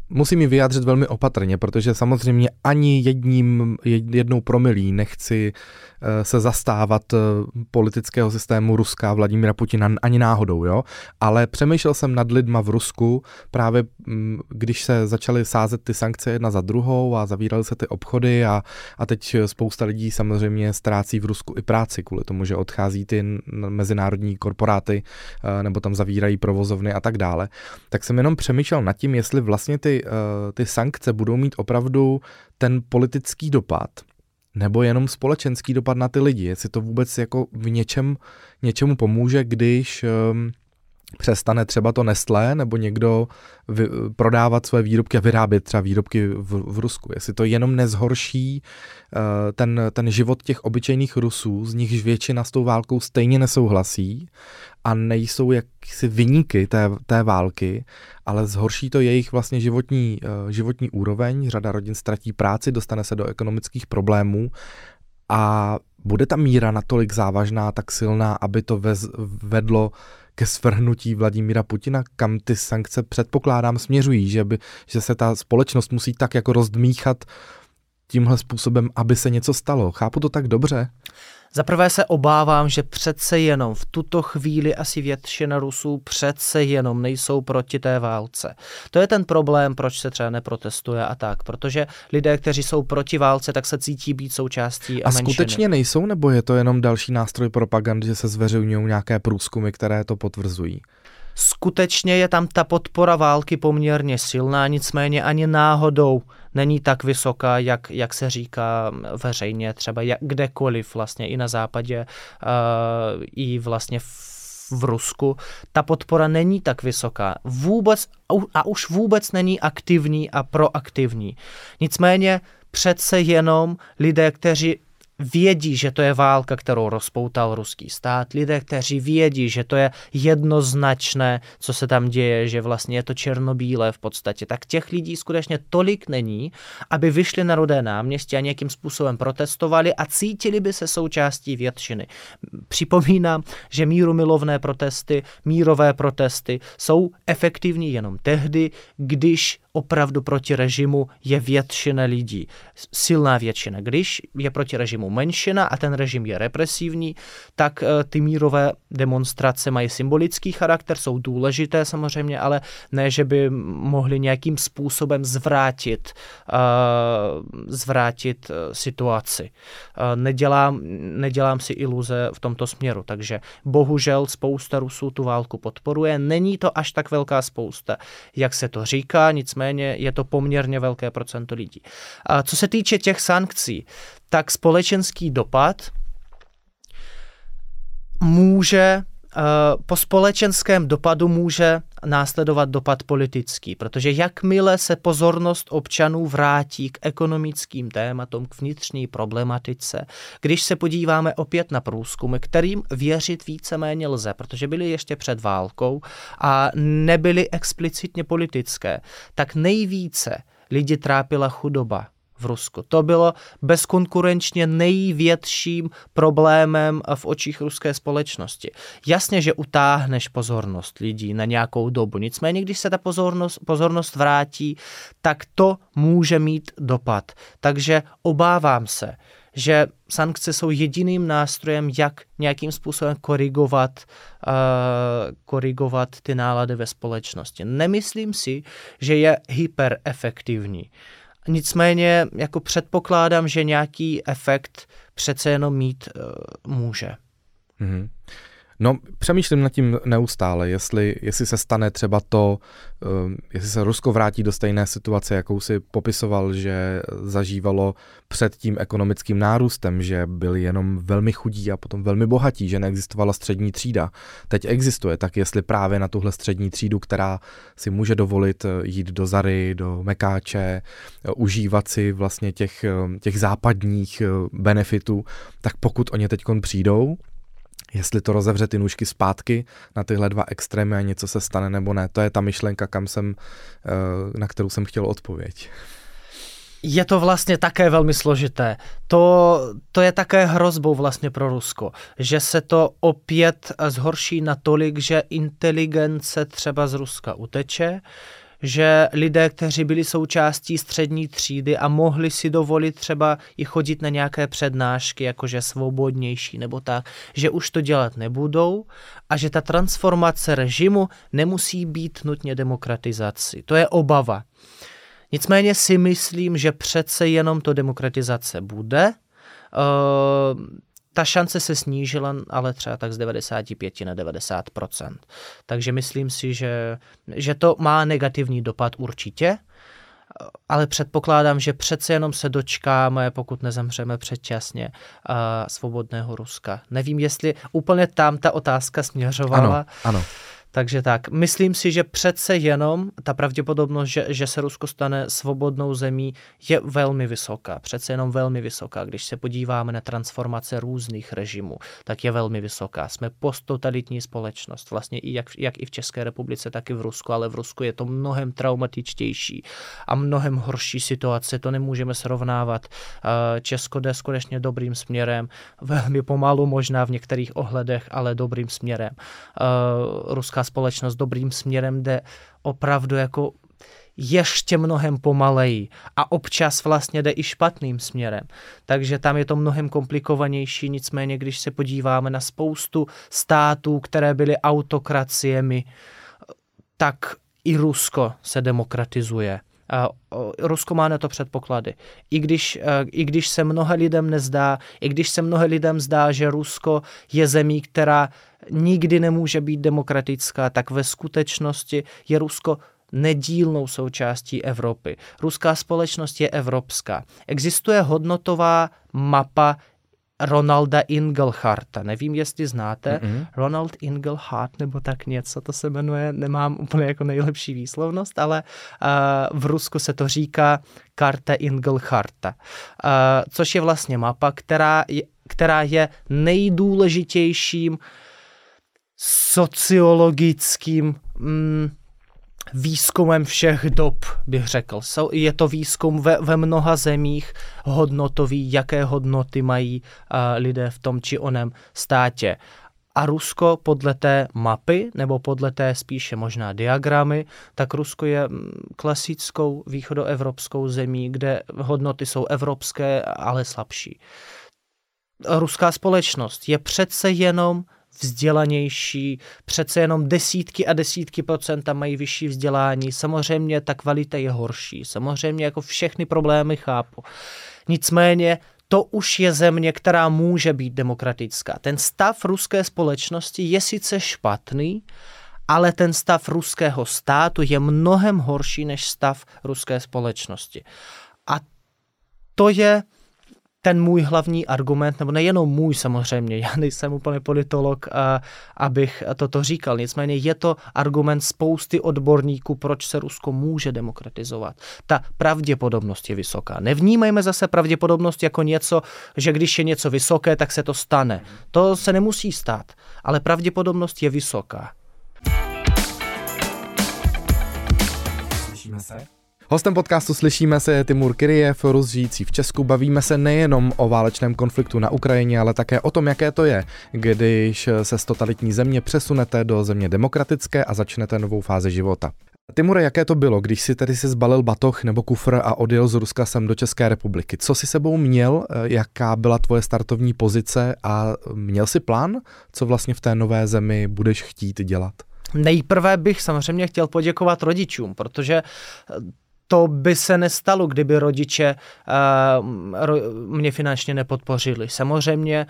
A: musím ji vyjádřit velmi opatrně, protože samozřejmě ani jednou promilí nechci se zastávat politického systému Ruska, Vladimíra Putina ani náhodou, jo? Ale přemýšlel jsem nad lidma v Rusku právě, když se začaly sázet ty sankce jedna za druhou a zavíraly se ty obchody a teď spousta lidí samozřejmě ztrácí v Rusku i práci kvůli tomu, že odchází ty mezinárodní korporáty nebo tam zavírají provozovny a tak dále. Tak jsem jenom přemýšlel nad tím, jestli vlastně ty sankce budou mít opravdu ten politický dopad, nebo jenom společenský dopad na ty lidi, jestli to vůbec jako v něčemu pomůže, když přestane třeba to Nestlé nebo někdo prodávat své výrobky a vyrábět třeba výrobky v Rusku. Jestli to jenom nezhorší ten život těch obyčejných Rusů, z nichž většina s tou válkou stejně nesouhlasí a nejsou jaksi viníky té války, ale zhorší to jejich vlastně životní úroveň, řada rodin ztratí práci, dostane se do ekonomických problémů a bude ta míra natolik závažná, tak silná, aby to vedlo ke svrhnutí Vladimíra Putina, kam ty sankce předpokládám směřují, že se ta společnost musí tak jako rozdmíchat tímhle způsobem, aby se něco stalo. Chápu to tak dobře?
B: Zaprvé se obávám, že přece jenom v tuto chvíli asi většina Rusů přece jenom nejsou proti té válce. To je ten problém, proč se třeba neprotestuje a tak, protože lidé, kteří jsou proti válce, tak se cítí být součástí a menšiny. A
A: skutečně nejsou, nebo je to jenom další nástroj propagandy, že se zveřejňují nějaké průzkumy, které to potvrzují?
B: Skutečně je tam ta podpora války poměrně silná, nicméně ani náhodou není tak vysoká, jak se říká veřejně, třeba kdekoliv vlastně i na západě, i vlastně v Rusku. Ta podpora není tak vysoká. Vůbec, a už vůbec není aktivní a proaktivní. Nicméně přece jenom lidé, kteří vědí, že to je válka, kterou rozpoutal ruský stát, lidé, kteří vědí, že to je jednoznačné, co se tam děje, že vlastně je to černobílé v podstatě, tak těch lidí skutečně tolik není, aby vyšli na Rudé náměstí a nějakým způsobem protestovali a cítili by se součástí většiny. Připomínám, že mírumilovné protesty, mírové protesty jsou efektivní jenom tehdy, když opravdu proti režimu je většina lidí. Silná většina. Když je proti režimu menšina a ten režim je represivní, tak ty mírové demonstrace mají symbolický charakter, jsou důležité samozřejmě, ale ne, že by mohly nějakým způsobem zvrátit situaci. Nedělám si iluze v tomto směru, takže bohužel spousta Rusů tu válku podporuje. Není to až tak velká spousta, jak se to říká, nicméně je to poměrně velké procento lidí. A co se týče těch sankcí, tak společenský dopad po společenském dopadu může následovat dopad politický, protože jakmile se pozornost občanů vrátí k ekonomickým tématům, k vnitřní problematice, když se podíváme opět na průzkumy, kterým věřit víceméně lze, protože byly ještě před válkou a nebyly explicitně politické, tak nejvíce lidi trápila chudoba v Rusku. To bylo bezkonkurenčně největším problémem v očích ruské společnosti. Jasně, že utáhneš pozornost lidí na nějakou dobu, nicméně, když se ta pozornost vrátí, tak to může mít dopad. Takže obávám se, že sankce jsou jediným nástrojem, jak nějakým způsobem korigovat ty nálady ve společnosti. Nemyslím si, že je hyperefektivní. Nicméně jako předpokládám, že nějaký efekt přece jenom mít může.
A: Mm-hmm. No, přemýšlím nad tím neustále, jestli se stane třeba to, jestli se Rusko vrátí do stejné situace, jakou si popisoval, že zažívalo před tím ekonomickým nárůstem, že byli jenom velmi chudí a potom velmi bohatí, že neexistovala střední třída. Teď existuje, tak jestli právě na tuhle střední třídu, která si může dovolit jít do Zary, do Mekáče, užívat si vlastně těch západních benefitů, tak pokud oni teďkon přijdou, jestli to rozevře ty nůžky zpátky na tyhle dva extrémy a něco se stane nebo ne, to je ta myšlenka, na kterou jsem chtěl odpověď.
B: Je to vlastně také velmi složité. To je také hrozbou vlastně pro Rusko, že se to opět zhorší natolik, že inteligence třeba z Ruska uteče, že lidé, kteří byli součástí střední třídy a mohli si dovolit třeba i chodit na nějaké přednášky, jakože svobodnější nebo tak, že už to dělat nebudou a že ta transformace režimu nemusí být nutně demokratizací. To je obava. Nicméně si myslím, že přece jenom to demokratizace bude. Ta šance se snížila, ale třeba tak z 95 na 90%. Takže myslím si, že to má negativní dopad určitě, ale předpokládám, že přece jenom se dočkáme, pokud nezemřeme předčasně, svobodného Ruska. Nevím, jestli úplně tam ta otázka směřovala.
A: Ano.
B: Takže tak, myslím si, že přece jenom ta pravděpodobnost, že se Rusko stane svobodnou zemí, je velmi vysoká. Přece jenom velmi vysoká. Když se podíváme na transformace různých režimů, tak je velmi vysoká. Jsme posttotalitní společnost, vlastně jak i v České republice, tak i v Rusku, ale v Rusku je to mnohem traumatičtější a mnohem horší situace. To nemůžeme srovnávat. Česko jde skutečně dobrým směrem, velmi pomalu možná v některých ohledech, ale dobrým směrem. Ruská společnost dobrým směrem jde opravdu jako ještě mnohem pomaleji a občas vlastně jde i špatným směrem. Takže tam je to mnohem komplikovanější, nicméně když se podíváme na spoustu států, které byly autokraciemi, tak i Rusko se demokratizuje. Rusko má na to předpoklady. I když se mnoha lidem zdá, že Rusko je zemí, která nikdy nemůže být demokratická, tak ve skutečnosti je Rusko nedílnou součástí Evropy. Ruská společnost je evropská. Existuje hodnotová mapa Ronalda Inglharta. Nevím, jestli znáte. Ronald Inglhart nebo tak něco, to se jmenuje, nemám úplně jako nejlepší výslovnost, ale v Rusku se to říká karta Inglharta, což je vlastně mapa, která je nejdůležitějším sociologickým výzkumem všech dob, bych řekl. Je to výzkum ve mnoha zemích hodnotový, jaké hodnoty mají lidé v tom či onem státě. A Rusko podle té mapy, nebo podle té spíše možná diagramy, tak Rusko je klasickou východoevropskou zemí, kde hodnoty jsou evropské, ale slabší. Ruská společnost je přece jenom vzdělanější, přece jenom desítky a desítky procenta mají vyšší vzdělání, samozřejmě ta kvalita je horší, samozřejmě jako všechny problémy chápu. Nicméně to už je země, která může být demokratická. Ten stav ruské společnosti je sice špatný, ale ten stav ruského státu je mnohem horší než stav ruské společnosti. A to je ten můj hlavní argument, nebo nejenom můj samozřejmě, já nejsem úplně politolog, abych toto říkal, nicméně je to argument spousty odborníků, proč se Rusko může demokratizovat. Ta pravděpodobnost je vysoká. Nevnímejme zase pravděpodobnost jako něco, že když je něco vysoké, tak se to stane. To se nemusí stát, ale pravděpodobnost je vysoká.
A: Slyšíme se? Hostem podcastu Slyšíme se je Timur Kyrijev, Rus žijící v Česku. Bavíme se nejenom o válečném konfliktu na Ukrajině, ale také o tom, jaké to je, když se z totalitní země přesunete do země demokratické a začnete novou fázi života. Timure, jaké to bylo, když si tedy si zbalil batoh nebo kufr a odjel z Ruska sem do České republiky? Co si sebou měl, jaká byla tvoje startovní pozice a měl si plán, co vlastně v té nové zemi budeš chtít dělat?
B: Nejprve bych samozřejmě chtěl poděkovat rodičům, protože to by se nestalo, kdyby rodiče mě finančně nepodpořili. Samozřejmě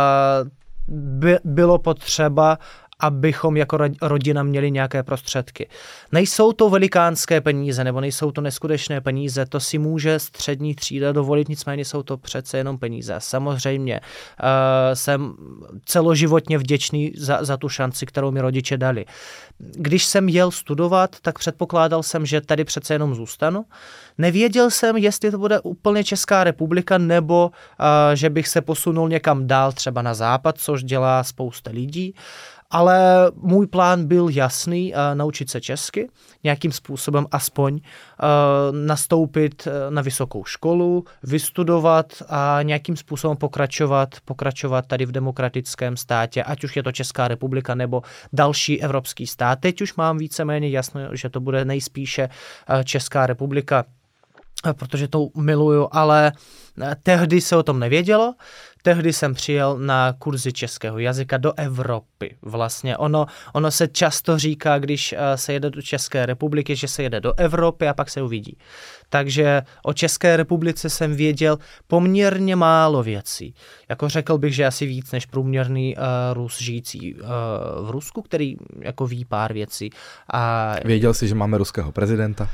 B: bylo potřeba, abychom jako rodina měli nějaké prostředky. Nejsou to velikánské peníze, nebo nejsou to neskutečné peníze, to si může střední třída dovolit, nicméně jsou to přece jenom peníze. Samozřejmě jsem celoživotně vděčný za tu šanci, kterou mi rodiče dali. Když jsem jel studovat, tak předpokládal jsem, že tady přece jenom zůstanu. Nevěděl jsem, jestli to bude úplně Česká republika, nebo že bych se posunul někam dál, třeba na západ, což dělá spousta lidí. Ale můj plán byl jasný, naučit se česky, nějakým způsobem aspoň nastoupit na vysokou školu, vystudovat a nějakým způsobem pokračovat tady v demokratickém státě, ať už je to Česká republika nebo další evropský stát. Teď už mám víceméně jasno, že to bude nejspíše Česká republika, protože to miluju, ale tehdy se o tom nevědělo. Tehdy jsem přijel na kurzy českého jazyka do Evropy. Vlastně ono se často říká, když se jede do České republiky, že se jede do Evropy a pak se uvidí. Takže o České republice jsem věděl poměrně málo věcí. Jako řekl bych, že asi víc než průměrný Rus žijící v Rusku, který jako ví pár věcí.
A: Věděl jsi, že máme ruského prezidenta?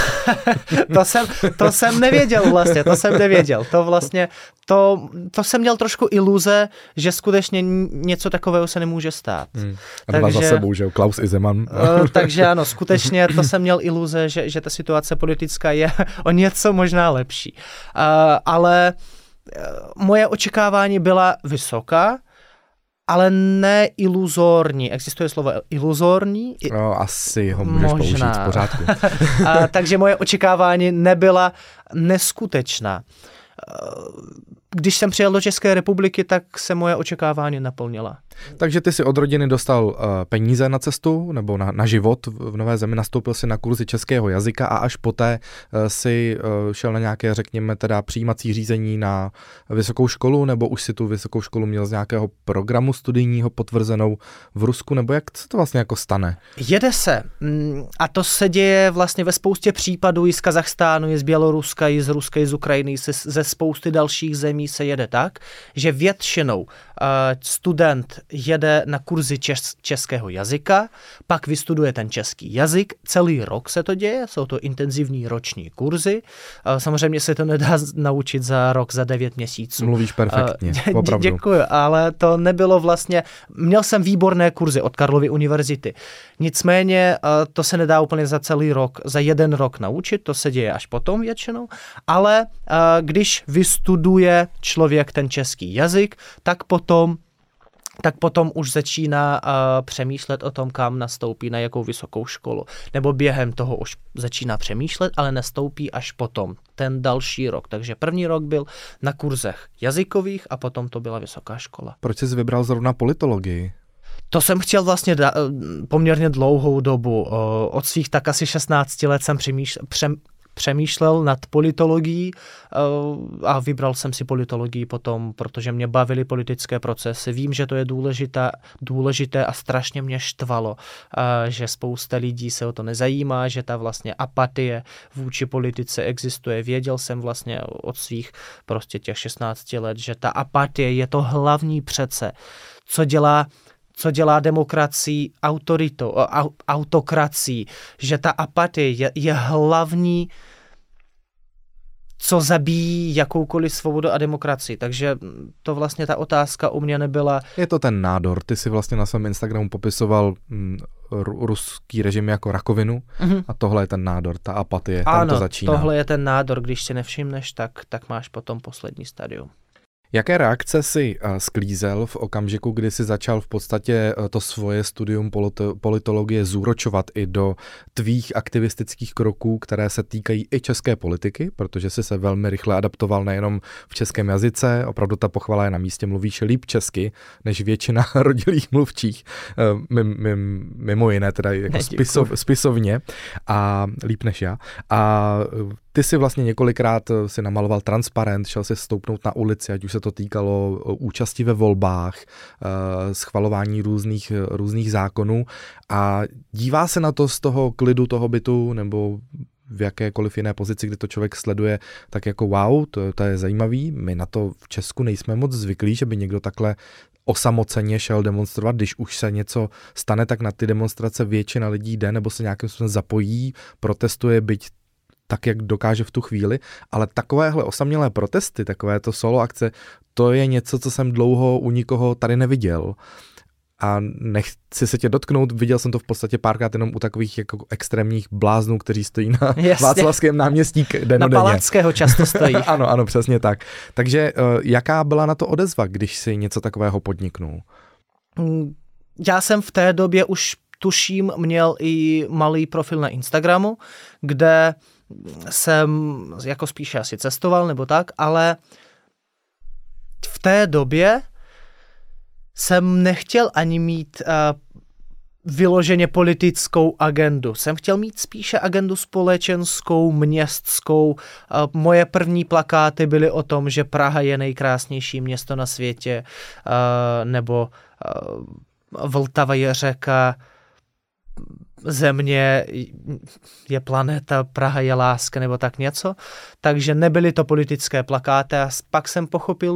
B: To jsem nevěděl vlastně, to jsem měl trošku iluze, že skutečně něco takového se nemůže stát.
A: A dva za sebou, že Klaus i Zeman.
B: Takže ano, skutečně to jsem měl iluze, že ta situace politická je o něco možná lepší. Ale moje očekávání byla vysoká, ale ne iluzorní. Existuje slovo iluzorní?
A: No, asi ho můžeš použít v pořádku.
B: Takže moje očekávání nebyla neskutečná. Když jsem přijel do České republiky, tak se moje očekávání naplnila.
A: Takže ty si od rodiny dostal peníze na cestu nebo na život v nové zemi, nastoupil si na kurzy českého jazyka a až poté si šel na nějaké, řekněme, teda přijímací řízení na vysokou školu, nebo už si tu vysokou školu měl z nějakého programu studijního potvrzenou v Rusku, nebo jak se to vlastně jako stane?
B: Jede se. A to se děje vlastně ve spoustě případů i z Kazachstánu, i z Běloruska, i z Ruska, i z Ukrajiny, ze spousty dalších zemí se jede tak, že většinou student jede na kurzy českého jazyka, pak vystuduje ten český jazyk, celý rok se to děje, jsou to intenzivní roční kurzy, samozřejmě se to nedá naučit za rok, za 9 měsíců.
A: Mluvíš perfektně, opravdu.
B: Děkuji, ale to nebylo vlastně, měl jsem výborné kurzy od Karlovy univerzity, nicméně to se nedá úplně za celý rok, za 1 rok naučit, to se děje až potom většinou, ale když vystuduje člověk ten český jazyk, tak potom už začíná přemýšlet o tom, kam nastoupí, na jakou vysokou školu. Nebo během toho už začíná přemýšlet, ale nastoupí až potom, ten další rok. Takže první rok byl na kurzech jazykových a potom to byla vysoká škola.
A: Proč jsi vybral zrovna politologii?
B: To jsem chtěl vlastně poměrně dlouhou dobu. Od svých tak asi 16 let jsem přemýšlel nad politologií a vybral jsem si politologii potom, protože mě bavily politické procesy. Vím, že to je důležité a strašně mě štvalo, že spousta lidí se o to nezajímá, že ta vlastně apatie vůči politice existuje. Věděl jsem vlastně od svých prostě těch 16 let, že ta apatie je to hlavní přece, co dělá demokracii autokracii, že ta apatie je hlavní, co zabíjí jakoukoliv svobodu a demokracii. Takže to vlastně ta otázka u mě nebyla.
A: Je to ten nádor. Ty si vlastně na svém Instagramu popisoval ruský režim jako rakovinu a tohle je ten nádor, ta apatie, tam to začíná.
B: Ano, tohle je ten nádor, když si nevšimneš, tak máš potom poslední stadium.
A: Jaké reakce si sklízel v okamžiku, kdy si začal v podstatě to svoje studium politologie zúročovat i do tvých aktivistických kroků, které se týkají i české politiky, protože jsi se velmi rychle adaptoval nejenom v českém jazyce, opravdu ta pochvala je na místě, mluvíš líp česky, než většina rodilých mluvčích, mimo jiné teda jako spisovně a líp než já. A ty si vlastně několikrát si namaloval transparent, šel si stoupnout na ulici, ať už se to týkalo účasti ve volbách, schvalování různých zákonů a dívá se na to z toho klidu toho bytu nebo v jakékoliv jiné pozici, kdy to člověk sleduje, tak jako wow, to je zajímavý. My na to v Česku nejsme moc zvyklí, že by někdo takhle osamoceně šel demonstrovat, když už se něco stane, tak na ty demonstrace většina lidí jde nebo se nějakým způsobem zapojí, protestuje, byť tak, jak dokáže v tu chvíli, ale takovéhle osamělé protesty, takovéto solo akce, to je něco, co jsem dlouho u nikoho tady neviděl. A nechci se tě dotknout, viděl jsem to v podstatě párkrát jenom u takových jako extrémních bláznů, kteří stojí na Václavském náměstí dennodenně.
B: Na Palackého často stojí.
A: Ano, přesně tak. Takže jaká byla na to odezva, když si něco takového podniknul?
B: já jsem v té době už tuším měl i malý profil na Instagramu, kde jsem jako spíše asi cestoval nebo tak, ale v té době jsem nechtěl ani mít vyloženě politickou agendu. Jsem chtěl mít spíše agendu společenskou, městskou. Moje první plakáty byly o tom, že Praha je nejkrásnější město na světě, nebo Vltava je řeka, Země je planeta, Praha je láska, nebo tak něco. Takže nebyly to politické plakáty a pak jsem pochopil,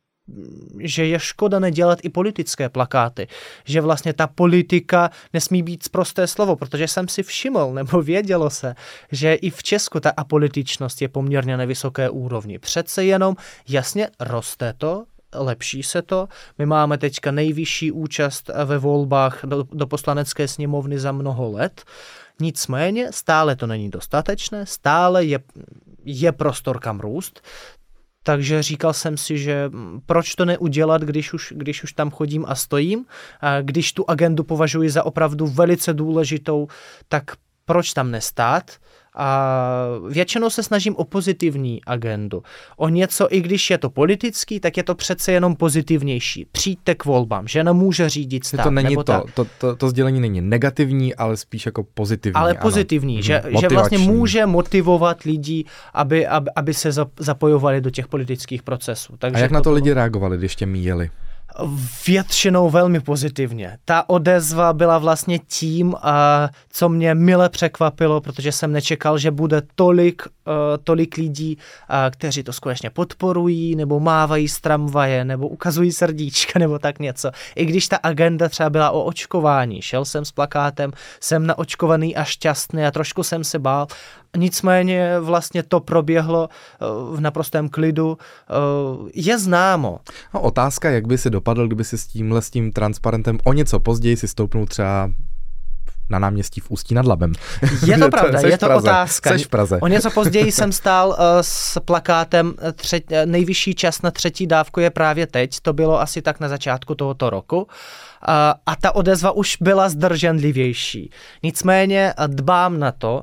B: že je škoda nedělat i politické plakáty. Že vlastně ta politika nesmí být sprosté slovo, protože jsem si všiml, nebo vědělo se, že i v Česku ta apolitičnost je poměrně na vysoké úrovni. Přece jenom jasně roste to, lepší se to. My máme teďka nejvyšší účast ve volbách do poslanecké sněmovny za mnoho let. Nicméně stále to není dostatečné, stále je prostor kam růst. Takže říkal jsem si, že proč to neudělat, když už tam chodím a stojím. A když tu agendu považuji za opravdu velice důležitou, tak proč tam nestát? A většinou se snažím o pozitivní agendu. O něco, i když je to politický, tak je to přece jenom pozitivnější. Přijďte k volbám, že nemůže řídit stát.
A: To není to sdělení není negativní, ale spíš jako pozitivní.
B: Ale pozitivní, že vlastně může motivovat lidi, aby se zapojovali do těch politických procesů. Takže
A: a jak na to lidi reagovali, když tě míjeli?
B: Většinou velmi pozitivně. Ta odezva byla vlastně tím, co mě mile překvapilo, protože jsem nečekal, že bude tolik lidí, kteří to skutečně podporují, nebo mávají z tramvaje, nebo ukazují srdíčka, nebo tak něco. I když ta agenda třeba byla o očkování. Šel jsem s plakátem, jsem naočkovaný a šťastný a trošku jsem se bál. Nicméně vlastně to proběhlo v naprostém klidu. Je známo.
A: No, otázka, jak by si dopadl, kdyby si s tím transparentem o něco později si stoupnul třeba na náměstí v Ústí nad Labem.
B: Je to pravda, je to otázka.
A: Seš v Praze.
B: O něco později jsem stál s plakátem nejvyšší čas na 3. dávku je právě teď, to bylo asi tak na začátku tohoto roku. A ta odezva už byla zdrženlivější. Nicméně dbám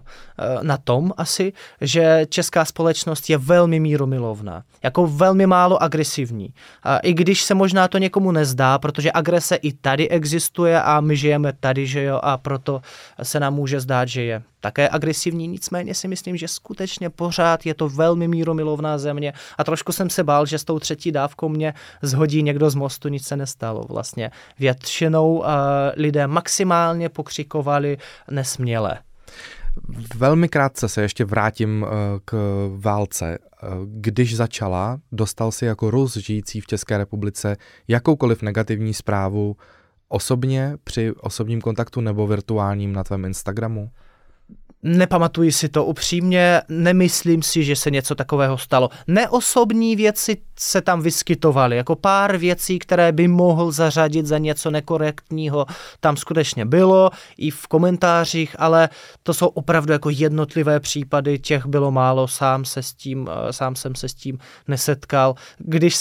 B: na tom asi, že česká společnost je velmi mírumilovná, jako velmi málo agresivní. I když se možná to někomu nezdá, protože agrese i tady existuje a my žijeme tady, že jo, a proto se nám může zdát, že je také agresivní, nicméně si myslím, že skutečně pořád je to velmi mírumilovná země a trošku jsem se bál, že s tou 3. dávkou mě zhodí někdo z mostu, nic se nestalo vlastně. Většinou lidé maximálně pokřikovali nesměle.
A: Velmi krátce se ještě vrátím k válce. Když začala, dostal si jako Rus žijící v České republice jakoukoliv negativní zprávu osobně při osobním kontaktu nebo virtuálním na tvém Instagramu?
B: Nepamatuji si to upřímně, nemyslím si, že se něco takového stalo. Neosobní věci se tam vyskytovaly, jako pár věcí, které by mohl zařadit za něco nekorektního, tam skutečně bylo, i v komentářích, ale to jsou opravdu jako jednotlivé případy, těch bylo málo, sám jsem se s tím nesetkal. Když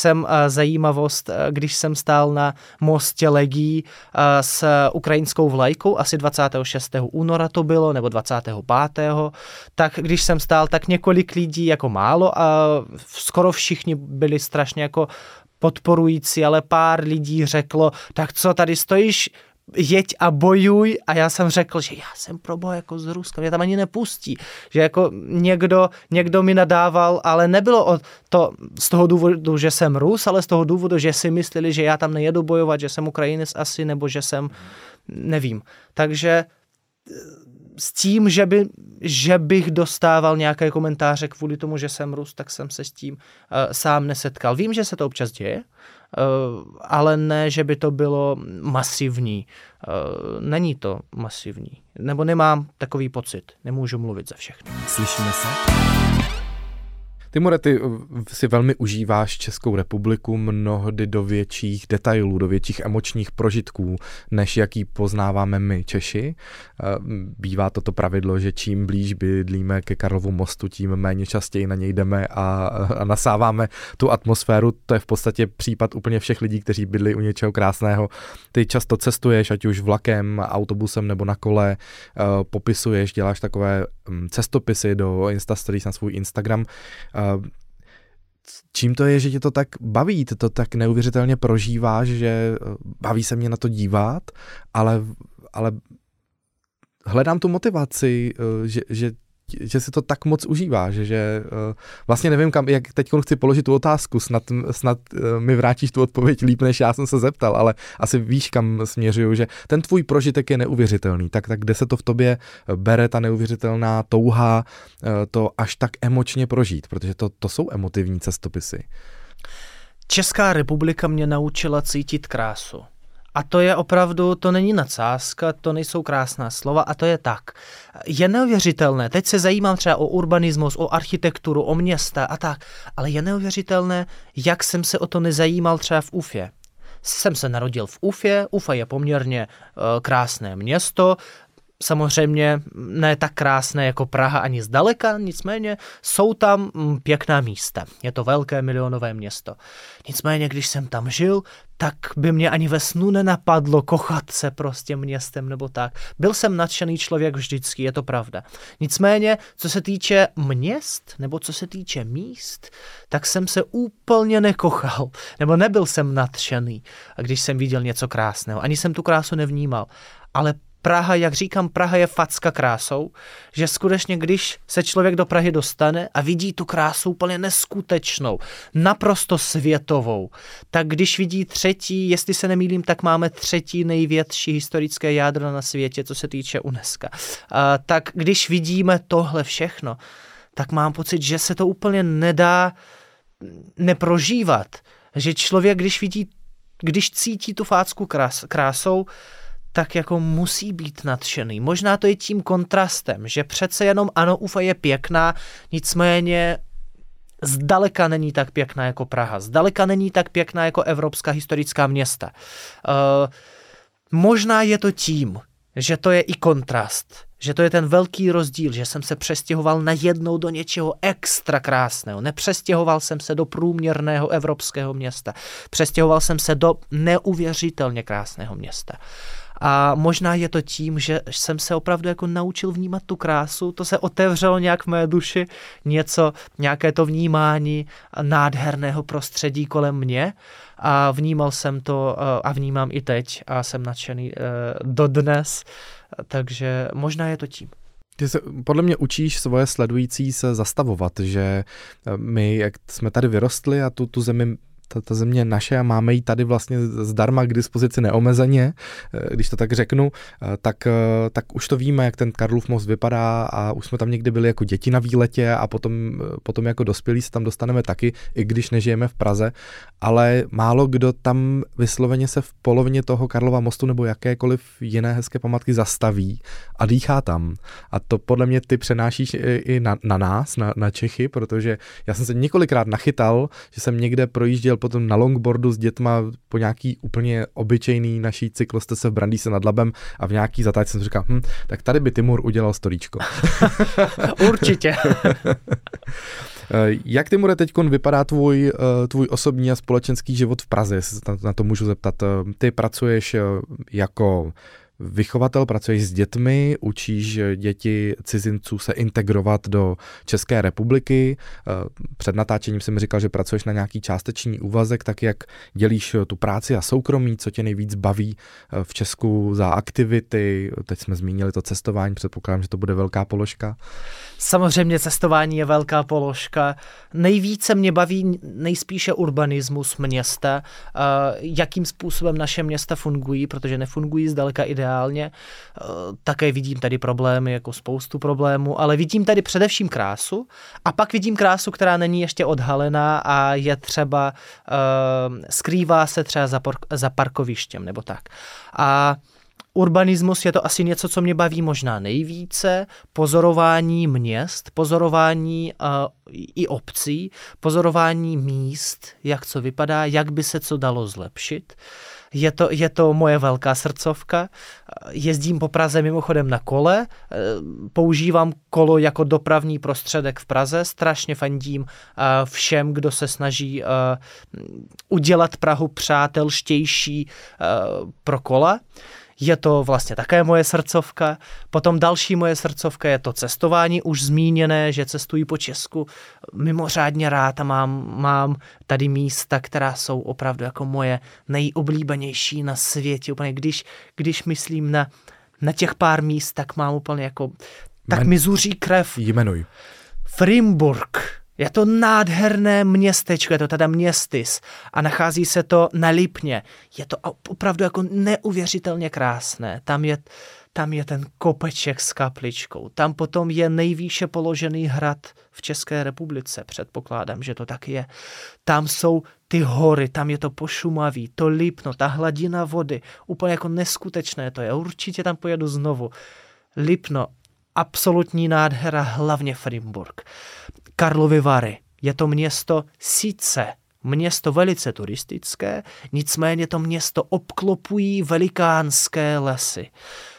B: jsem stál na mostě Legí s ukrajinskou vlajkou, asi 26. února to bylo, nebo 25. tak když jsem stál, tak několik lidí jako málo a skoro všichni byli strašně jako podporující, ale pár lidí řeklo, tak co tady stojíš, jeď a bojuj, a já jsem řekl, že já jsem proboha jako z Ruska, mě tam ani nepustí, že jako někdo mi nadával, ale nebylo to z toho důvodu, že jsem Rus, ale z toho důvodu, že si mysleli, že já tam nejedu bojovat, že jsem Ukrajinec asi, nebo že jsem, nevím, takže s tím, že bych dostával nějaké komentáře kvůli tomu, že jsem Rus, tak jsem se s tím sám nesetkal. Vím, že se to občas děje, ale ne, že by to bylo masivní. Není to masivní. Nebo nemám takový pocit. Nemůžu mluvit za všechny.
C: Slyšíme se?
A: Timure, ty si velmi užíváš Českou republiku mnohdy do větších detailů, do větších emočních prožitků, než jaký poznáváme my Češi. Bývá toto pravidlo, že čím blíž bydlíme ke Karlovu mostu, tím méně častěji na něj jdeme a nasáváme tu atmosféru. To je v podstatě případ úplně všech lidí, kteří bydlí u něčeho krásného. Ty často cestuješ, ať už vlakem, autobusem nebo na kole, popisuješ, děláš takové cestopisy do Instastories na svůj Instagram. Čím to je, že tě to tak baví, ty to tak neuvěřitelně prožíváš, že baví se mě na to dívat, ale hledám tu motivaci, že si to tak moc užíváš, že vlastně nevím, jak teď chci položit tu otázku, snad mi vrátíš tu odpověď líp, než já jsem se zeptal, ale asi víš, kam směřuju, že ten tvůj prožitek je neuvěřitelný, tak kde se to v tobě bere, ta neuvěřitelná touha to až tak emočně prožít, protože to jsou emotivní cestopisy.
B: Česká republika mě naučila cítit krásu. A to je opravdu, to není nadsázka, to nejsou krásná slova a to je tak. Je neuvěřitelné, teď se zajímám třeba o urbanismus, o architekturu, o města a tak, ale je neuvěřitelné, jak jsem se o to nezajímal třeba v Ufě. Jsem se narodil v Ufě, Ufa je poměrně krásné město, samozřejmě ne tak krásné jako Praha ani zdaleka, nicméně jsou tam pěkná místa. Je to velké milionové město. Nicméně, když jsem tam žil, tak by mě ani ve snu nenapadlo kochat se prostě městem nebo tak. Byl jsem nadšený člověk vždycky, je to pravda. Nicméně, co se týče měst nebo co se týče míst, tak jsem se úplně nekochal. Nebo nebyl jsem nadšený, když jsem viděl něco krásného. Ani jsem tu krásu nevnímal. Ale Praha, jak říkám, Praha je facka krásou, že skutečně, když se člověk do Prahy dostane a vidí tu krásu úplně neskutečnou, naprosto světovou, tak když vidí třetí, jestli se nemýlím, tak máme třetí největší historické jádro na světě, co se týče UNESCO. Tak když vidíme tohle všechno, tak mám pocit, že se to úplně nedá neprožívat. Že člověk, když cítí tu facku krásou, tak jako musí být nadšený. Možná to je tím kontrastem, že přece jenom ano, Ufa je pěkná, nicméně zdaleka není tak pěkná jako Praha, zdaleka není tak pěkná jako evropská historická města. Možná je to tím, že to je i kontrast, že to je ten velký rozdíl, že jsem se přestěhoval najednou do něčeho extra krásného. Nepřestěhoval jsem se do průměrného evropského města. Přestěhoval jsem se do neuvěřitelně krásného města. A možná je to tím, že jsem se opravdu jako naučil vnímat tu krásu, to se otevřelo nějak v mé duši, nějaké to vnímání nádherného prostředí kolem mě a vnímal jsem to a vnímám i teď a jsem nadšený dodnes, takže možná je to tím.
A: Ty se podle mě učíš svoje sledující se zastavovat, že my, jak jsme tady vyrostli a tu zemi ta země naše a máme ji tady vlastně zdarma k dispozici neomezeně, když to tak řeknu, tak už to víme, jak ten Karlův most vypadá a už jsme tam někdy byli jako děti na výletě a potom jako dospělí se tam dostaneme taky, i když nežijeme v Praze, ale málo kdo tam vysloveně se v polovině toho Karlova mostu nebo jakékoliv jiné hezké památky zastaví a dýchá tam. A to podle mě ty přenášíš i na nás, na Čechy, protože já jsem se několikrát nachytal, že jsem někde projížděl potom na longboardu s dětma po nějaký úplně obyčejný naší cyklostece v Brandýse nad Labem a v nějaký zatáčce jsem říkal, tak tady by Timur udělal storíčko.
B: Určitě.
A: Jak, Timure, teďkon vypadá tvůj osobní a společenský život v Praze, jestli se na to můžu zeptat. Ty pracuješ jako vychovatel, pracuješ s dětmi, učíš děti cizinců se integrovat do České republiky. Před natáčením jsem mi říkal, že pracuješ na nějaký částečný úvazek, tak jak dělíš tu práci a soukromí, co tě nejvíc baví v Česku za aktivity. Teď jsme zmínili to cestování, předpokládám, že to bude velká položka.
B: Samozřejmě cestování je velká položka. Nejvíce mě baví nejspíše urbanismus města, jakým způsobem naše města fungují, protože nefungují zdaleka ideálně. Také vidím tady problémy, jako spoustu problémů, ale vidím tady především krásu a pak vidím krásu, která není ještě odhalená a je třeba, skrývá se třeba za parkovištěm nebo tak. A urbanismus je to asi něco, co mě baví možná nejvíce, pozorování měst, pozorování i obcí, pozorování míst, jak co vypadá, jak by se co dalo zlepšit. Je to moje velká srdcovka. Jezdím po Praze mimochodem na kole, používám kolo jako dopravní prostředek v Praze, strašně fandím všem, kdo se snaží udělat Prahu přátelštější pro kola. Je to vlastně také moje srdcovka. Potom další moje srdcovka je to cestování, už zmíněné, že cestuji po Česku mimořádně rád a mám tady místa, která jsou opravdu jako moje nejoblíbenější na světě. Úplně když myslím na těch pár míst, tak mám úplně jako, tak mi zuří krev.
A: Jmenuj.
B: Frimburg. Je to nádherné městečko, je to teda městys a nachází se to na Lipně. Je to opravdu jako neuvěřitelně krásné. Tam je ten kopeček s kapličkou. Tam potom je nejvýše položený hrad v České republice. Předpokládám, že to tak je. Tam jsou ty hory, tam je to po Šumaví, to Lipno, ta hladina vody. Úplně jako neskutečné to je. Určitě tam pojedu znovu. Lipno, absolutní nádhera, hlavně Frimburg. Karlovy Vary. Je to město velice turistické, nicméně to město obklopují velikánské lesy.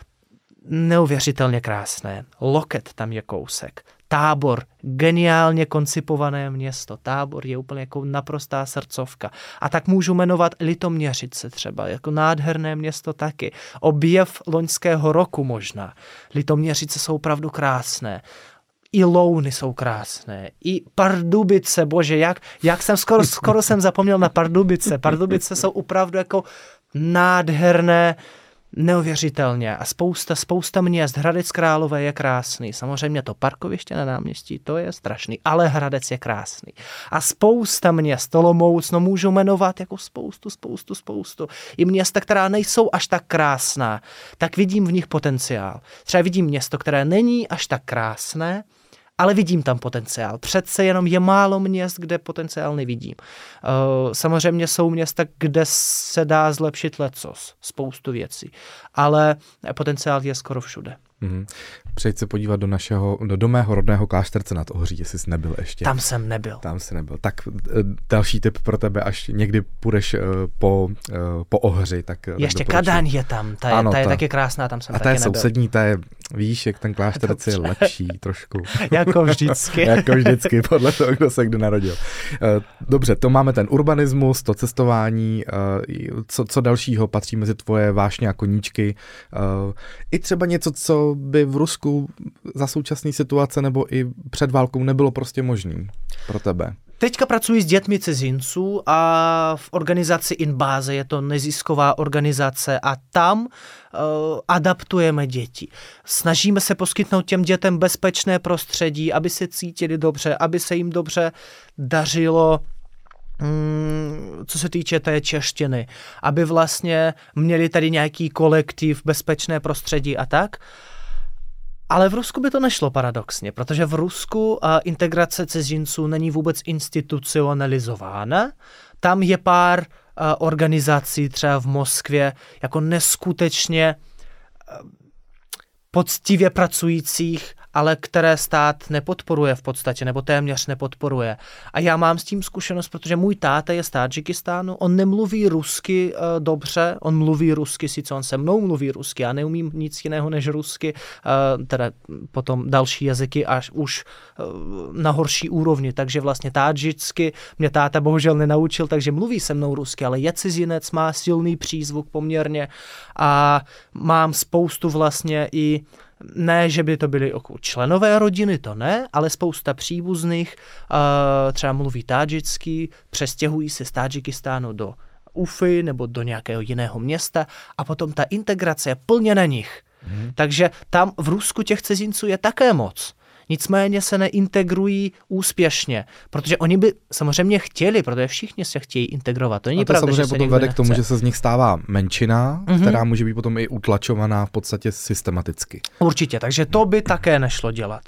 B: Neuvěřitelně krásné. Loket tam je kousek. Tábor, geniálně koncipované město. Tábor je úplně jako naprostá srdcovka. A tak můžu jmenovat Litoměřice třeba, jako nádherné město taky. Objev loňského roku možná. Litoměřice jsou opravdu krásné. I Louny jsou krásné, i Pardubice, bože, jak jsem skoro jsem zapomněl na Pardubice. Pardubice jsou opravdu jako nádherné, neuvěřitelně a spousta měst. Hradec Králové je krásný, samozřejmě to parkoviště na náměstí, to je strašný, ale Hradec je krásný. A spousta měst, Olomouc, no můžu jmenovat jako spoustu. I města, která nejsou až tak krásná, tak vidím v nich potenciál. Třeba vidím město, které není až tak krásné, ale vidím tam potenciál. Přece jenom je málo měst, kde potenciál nevidím. Samozřejmě jsou města, kde se dá zlepšit lecos, spoustu věcí, ale potenciál je skoro všude.
A: Přejď se podívat do mého rodného Klášterce nad Ohří, jestli jsi nebyl ještě.
B: Tam jsem nebyl.
A: Tak další tip pro tebe, až někdy půjdeš po Ohři, tak
B: ještě Kadaň je tam, ta je taky krásná, tam jsem taky nebyl.
A: A ta je sousední, víš, jak ten Klášterec je lepší trošku.
B: Jako vždycky.
A: Jako vždycky, podle toho, kdo se kdy narodil. Dobře, to máme ten urbanismus, to cestování, co dalšího patří mezi tvoje vášně a koníčky. I třeba něco, co by v Rusku za současné situace nebo i před válkou nebylo prostě možný pro tebe.
B: Teďka pracuji s dětmi cizinců a v organizaci Inbáze, je to nezisková organizace a tam adaptujeme děti. Snažíme se poskytnout těm dětem bezpečné prostředí, aby se cítili dobře, aby se jim dobře dařilo, co se týče té češtiny, aby vlastně měli tady nějaký kolektiv, bezpečné prostředí a tak. Ale v Rusku by to nešlo paradoxně, protože v Rusku integrace cizinců není vůbec institucionalizována. Tam je pár organizací třeba v Moskvě jako neskutečně poctivě pracujících, ale které stát nepodporuje v podstatě, nebo téměř nepodporuje. A já mám s tím zkušenost, protože můj táta je z Tadžikistánu, on nemluví rusky dobře, on mluví rusky, sice on se mnou mluví rusky, já neumím nic jiného než rusky, teda potom další jazyky až už na horší úrovni, takže vlastně tádžicky mě táta bohužel nenaučil, takže mluví se mnou rusky, ale je cizinec, má silný přízvuk poměrně a mám spoustu vlastně i ne, že by to byly členové rodiny, to ne, ale spousta příbuzných třeba mluví tádžicky, přestěhují se z Tadžikistánu do Ufy nebo do nějakého jiného města a potom ta integrace je plně na nich. Takže tam v Rusku těch cizinců je také moc. Nicméně se neintegrují úspěšně, protože oni by samozřejmě chtěli, protože všichni se chtějí integrovat. To není pravda,
A: samozřejmě
B: že se
A: potom vede k tomu, že se z nich stává menšina, která může být potom i utlačovaná v podstatě systematicky.
B: Určitě, takže to by také nešlo dělat.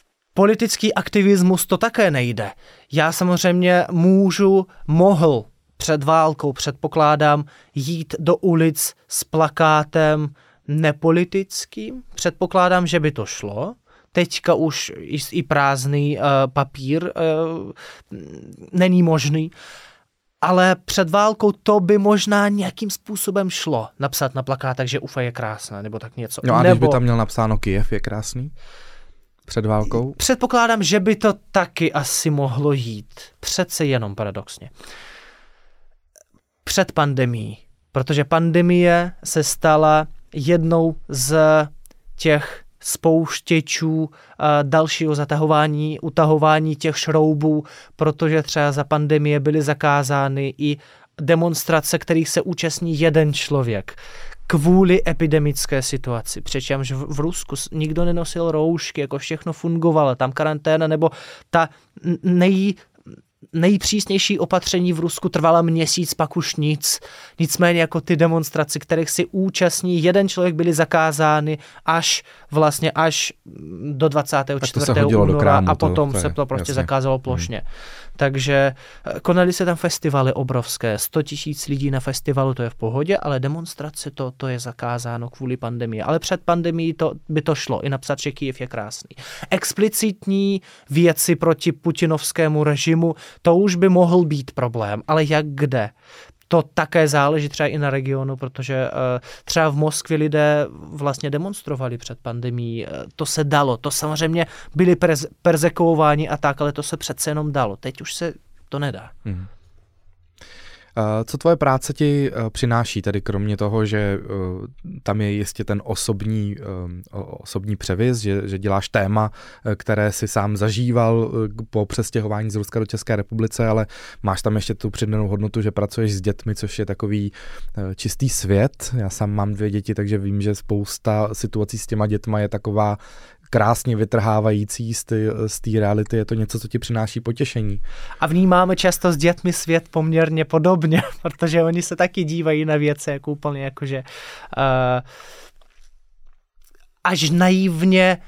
B: Politický aktivismus to také nejde. Já samozřejmě mohl před válkou, předpokládám, jít do ulic s plakátem nepolitickým. Předpokládám, že by to šlo. Teďka už i prázdný papír není možný. Ale před válkou to by možná nějakým způsobem šlo. Napsat na plakátech, že Ufa je krásná, nebo tak něco.
A: No a když by tam měl napsáno Kyjev je krásný? Před válkou?
B: Předpokládám, že by to taky asi mohlo jít. Přece jenom paradoxně. Před pandemií. Protože pandemie se stala jednou z těch spouštěčů dalšího zatahování, utahování těch šroubů, protože třeba za pandemie byly zakázány i demonstrace, kterých se účastní jeden člověk kvůli epidemické situaci. Přičemž v Rusku nikdo nenosil roušky, jako všechno fungovalo, tam karanténa nebo ta nejpřísnější opatření v Rusku trvala měsíc, pak už nic. Nicméně jako ty demonstrace, kterých si účastní jeden člověk, byly zakázány až do 24. února a potom se to prostě zakázalo plošně. Takže konaly se tam festivaly obrovské, 100 000 lidí na festivalu, to je v pohodě, ale demonstrace to je zakázáno kvůli pandemii. Ale před pandemií by to šlo, i napsat, že Kyjev je krásný. Explicitní věci proti putinovskému režimu, to už by mohl být problém, ale jak kde? To také záleží třeba i na regionu, protože třeba v Moskvě lidé vlastně demonstrovali před pandemií. To se dalo. To samozřejmě byli perzekuováni a tak, ale to se přece jenom dalo. Teď už se to nedá.
A: Co tvoje práce ti přináší, tedy kromě toho, že tam je jistě ten osobní převis, že děláš téma, které si sám zažíval po přestěhování z Ruska do České republice, ale máš tam ještě tu přidanou hodnotu, že pracuješ s dětmi, což je takový čistý svět. Já sám mám 2 děti, takže vím, že spousta situací s těma dětma je taková krásně vytrhávající z té reality, je to něco, co ti přináší potěšení.
B: A vnímáme často s dětmi svět poměrně podobně, protože oni se taky dívají na věci jako úplně jakože až naivně,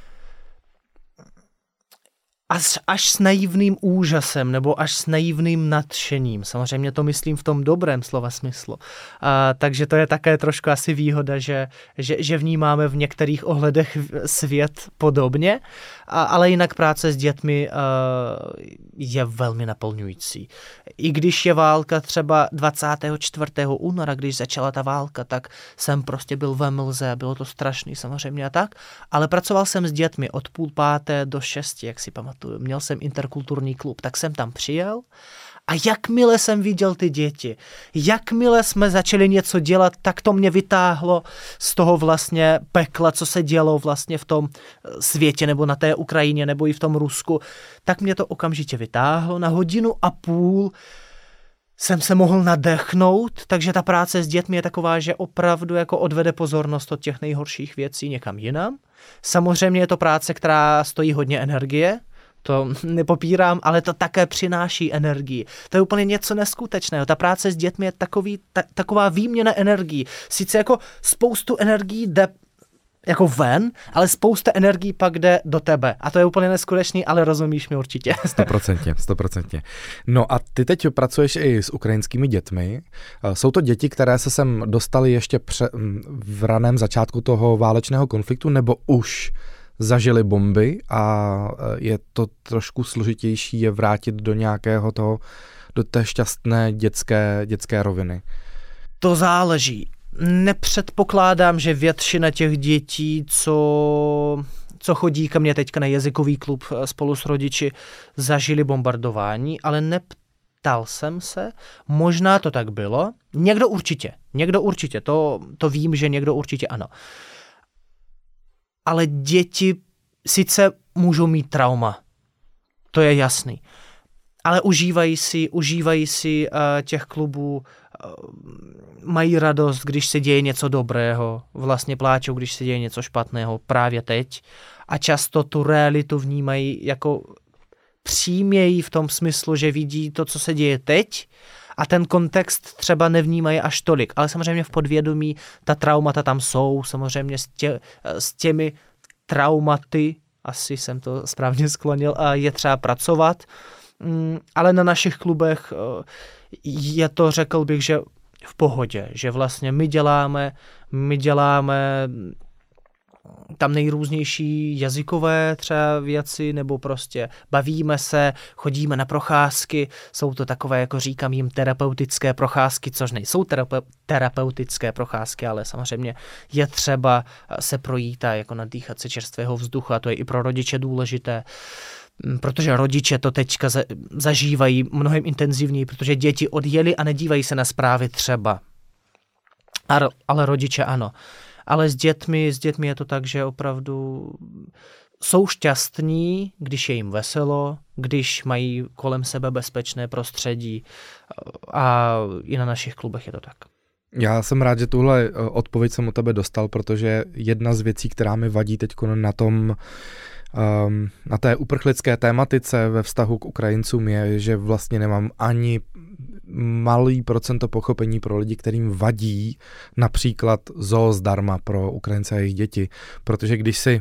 B: až s naivným úžasem nebo až s naivným nadšením. Samozřejmě to myslím v tom dobrém slova smyslu. Takže to je také trošku asi výhoda, že vnímáme v některých ohledech svět podobně, ale jinak práce s dětmi je velmi naplňující. I když je válka třeba 24. února, když začala ta válka, tak jsem prostě byl ve mlze, bylo to strašný samozřejmě a tak, ale pracoval jsem s dětmi od 4:30 do 6, jak si pamatuju. Měl jsem interkulturní klub, tak jsem tam přijel a jakmile jsem viděl ty děti, jakmile jsme začali něco dělat, tak to mě vytáhlo z toho vlastně pekla, co se dělo vlastně v tom světě nebo na té Ukrajině nebo i v tom Rusku, tak mě to okamžitě vytáhlo. Na 1,5 hodiny jsem se mohl nadechnout, takže ta práce s dětmi je taková, že opravdu jako odvede pozornost od těch nejhorších věcí někam jinam. Samozřejmě je to práce, která stojí hodně energie, to nepopírám, ale to také přináší energii. To je úplně něco neskutečného. Ta práce s dětmi je taková výměna energií. Sice jako spoustu energií jde jako ven, ale spousta energií pak jde do tebe. A to je úplně neskutečný, ale rozumíš mi určitě.
A: 100%. No a ty teď pracuješ i s ukrajinskými dětmi. Jsou to děti, které se sem dostaly ještě v raném začátku toho válečného konfliktu, nebo už zažili bomby a je to trošku složitější je vrátit do nějakého do té šťastné dětské roviny?
B: To záleží. Nepředpokládám, že většina těch dětí, co chodí ke mně teďka na jazykový klub spolu s rodiči, zažili bombardování, ale neptal jsem se. Možná to tak bylo. Někdo určitě. To vím, že někdo určitě ano. Ale děti sice můžou mít trauma, to je jasný, ale užívají si těch klubů, mají radost, když se děje něco dobrého, vlastně pláčou, když se děje něco špatného právě teď a často tu realitu vnímají jako příměji v tom smyslu, že vidí to, co se děje teď a ten kontext třeba nevnímají až tolik, ale samozřejmě v podvědomí ta traumata tam jsou, samozřejmě s těmi traumaty, asi jsem to správně sklonil, a je třeba pracovat ale na našich klubech je to, řekl bych, že v pohodě, že vlastně my děláme tam nejrůznější jazykové třeba věci, nebo prostě bavíme se, chodíme na procházky, jsou to takové, jako říkám jim, terapeutické procházky, což nejsou terapeutické procházky, ale samozřejmě je třeba se projít a jako nadýchat se čerstvého vzduchu, a to je i pro rodiče důležité, protože rodiče to teďka zažívají mnohem intenzivněji, protože děti odjeli a nedívají se na zprávy třeba, ale rodiče ano. Ale s dětmi je to tak, že opravdu jsou šťastní, když je jim veselo, když mají kolem sebe bezpečné prostředí, a i na našich klubech je to tak.
A: Já jsem rád, že tuhle odpověď jsem od tebe dostal, protože jedna z věcí, která mi vadí teď na té uprchlické tématice ve vztahu k Ukrajincům, je, že vlastně nemám ani malý procento pochopení pro lidi, kterým vadí například zoo zdarma pro Ukrajince a jejich děti. Protože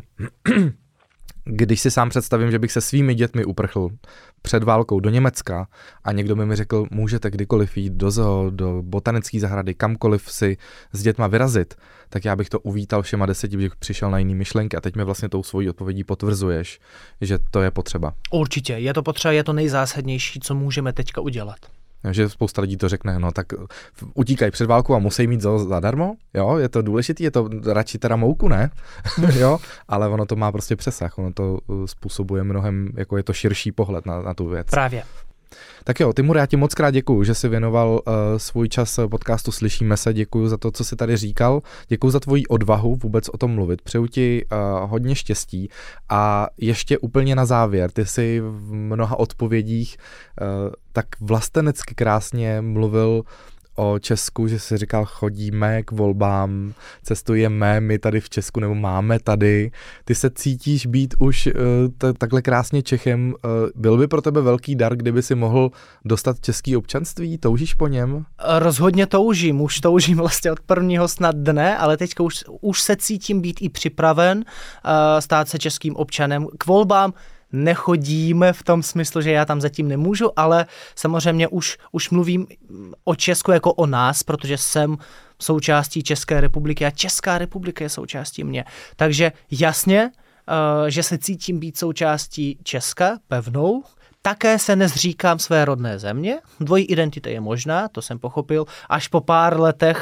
A: když si sám představím, že bych se svými dětmi uprchl před válkou do Německa a někdo by mi řekl, můžete kdykoliv jít do zoo, do botanické zahrady, kamkoliv si s dětma vyrazit, tak já bych to uvítal všema 10, bych přišel na jiný myšlenky, a teď mi vlastně tou svojí odpovědí potvrzuješ, že to je potřeba.
B: Určitě, je to potřeba, je to nejzásadnější, co můžeme teďka udělat.
A: Že spousta lidí to řekne, no tak utíkají před válku a musí mít zoo zadarmo, jo, je to důležitý, je to radši teda mouku, ne? Jo, ale ono to má prostě přesah, ono to způsobuje mnohem, jako je to širší pohled na tu věc.
B: Právě.
A: Tak jo, Timur, já ti moc krát děkuju, že jsi věnoval svůj čas podcastu Slyšíme se, děkuju za to, co jsi tady říkal, děkuju za tvoji odvahu vůbec o tom mluvit, přeju ti hodně štěstí, a ještě úplně na závěr, ty jsi v mnoha odpovědích tak vlastenecky krásně mluvil o Česku, že jsi říkal, chodíme k volbám, cestujeme my tady v Česku, nebo máme tady. Ty se cítíš být už takhle krásně Čechem. Byl by pro tebe velký dar, kdyby si mohl dostat český občanství? Toužíš po něm?
B: Rozhodně toužím. Už toužím vlastně od prvního snad dne, ale teďka už se cítím být i připraven stát se českým občanem. K volbám nechodíme v tom smyslu, že já tam zatím nemůžu, ale samozřejmě už mluvím o Česku jako o nás, protože jsem součástí České republiky a Česká republika je součástí mě. Takže jasně, že se cítím být součástí Česka, pevnou. Také se nezříkám své rodné země. Dvojí identita je možná, to jsem pochopil, až po pár letech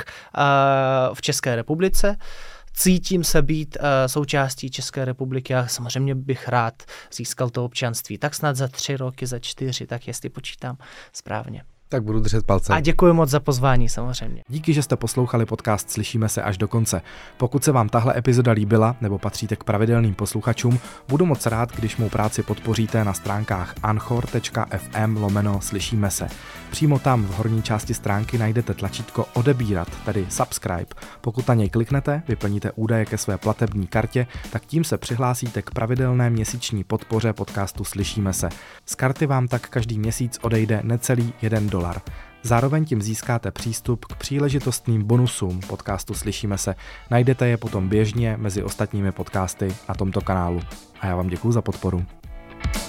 B: v České republice. Cítím se být součástí České republiky a samozřejmě bych rád získal to občanství. Tak snad za 3 roky, za 4, tak jestli počítám správně.
A: Tak budu držet palce.
B: A děkuji moc za pozvání samozřejmě.
A: Díky, že jste poslouchali podcast Slyšíme se až do konce. Pokud se vám tahle epizoda líbila nebo patříte k pravidelným posluchačům, budu moc rád, když mou práci podpoříte na stránkách anchor.fm/slyšíme se. Přímo tam v horní části stránky najdete tlačítko odebírat, tedy subscribe. Pokud na něj kliknete, vyplníte údaje ke své platební kartě, tak tím se přihlásíte k pravidelné měsíční podpoře podcastu Slyšíme se. Z karty vám tak každý měsíc odejde necelý $1. Zároveň tím získáte přístup k příležitostným bonusům podcastu Slyšíme se. Najdete je potom běžně mezi ostatními podcasty na tomto kanálu. A já vám děkuju za podporu.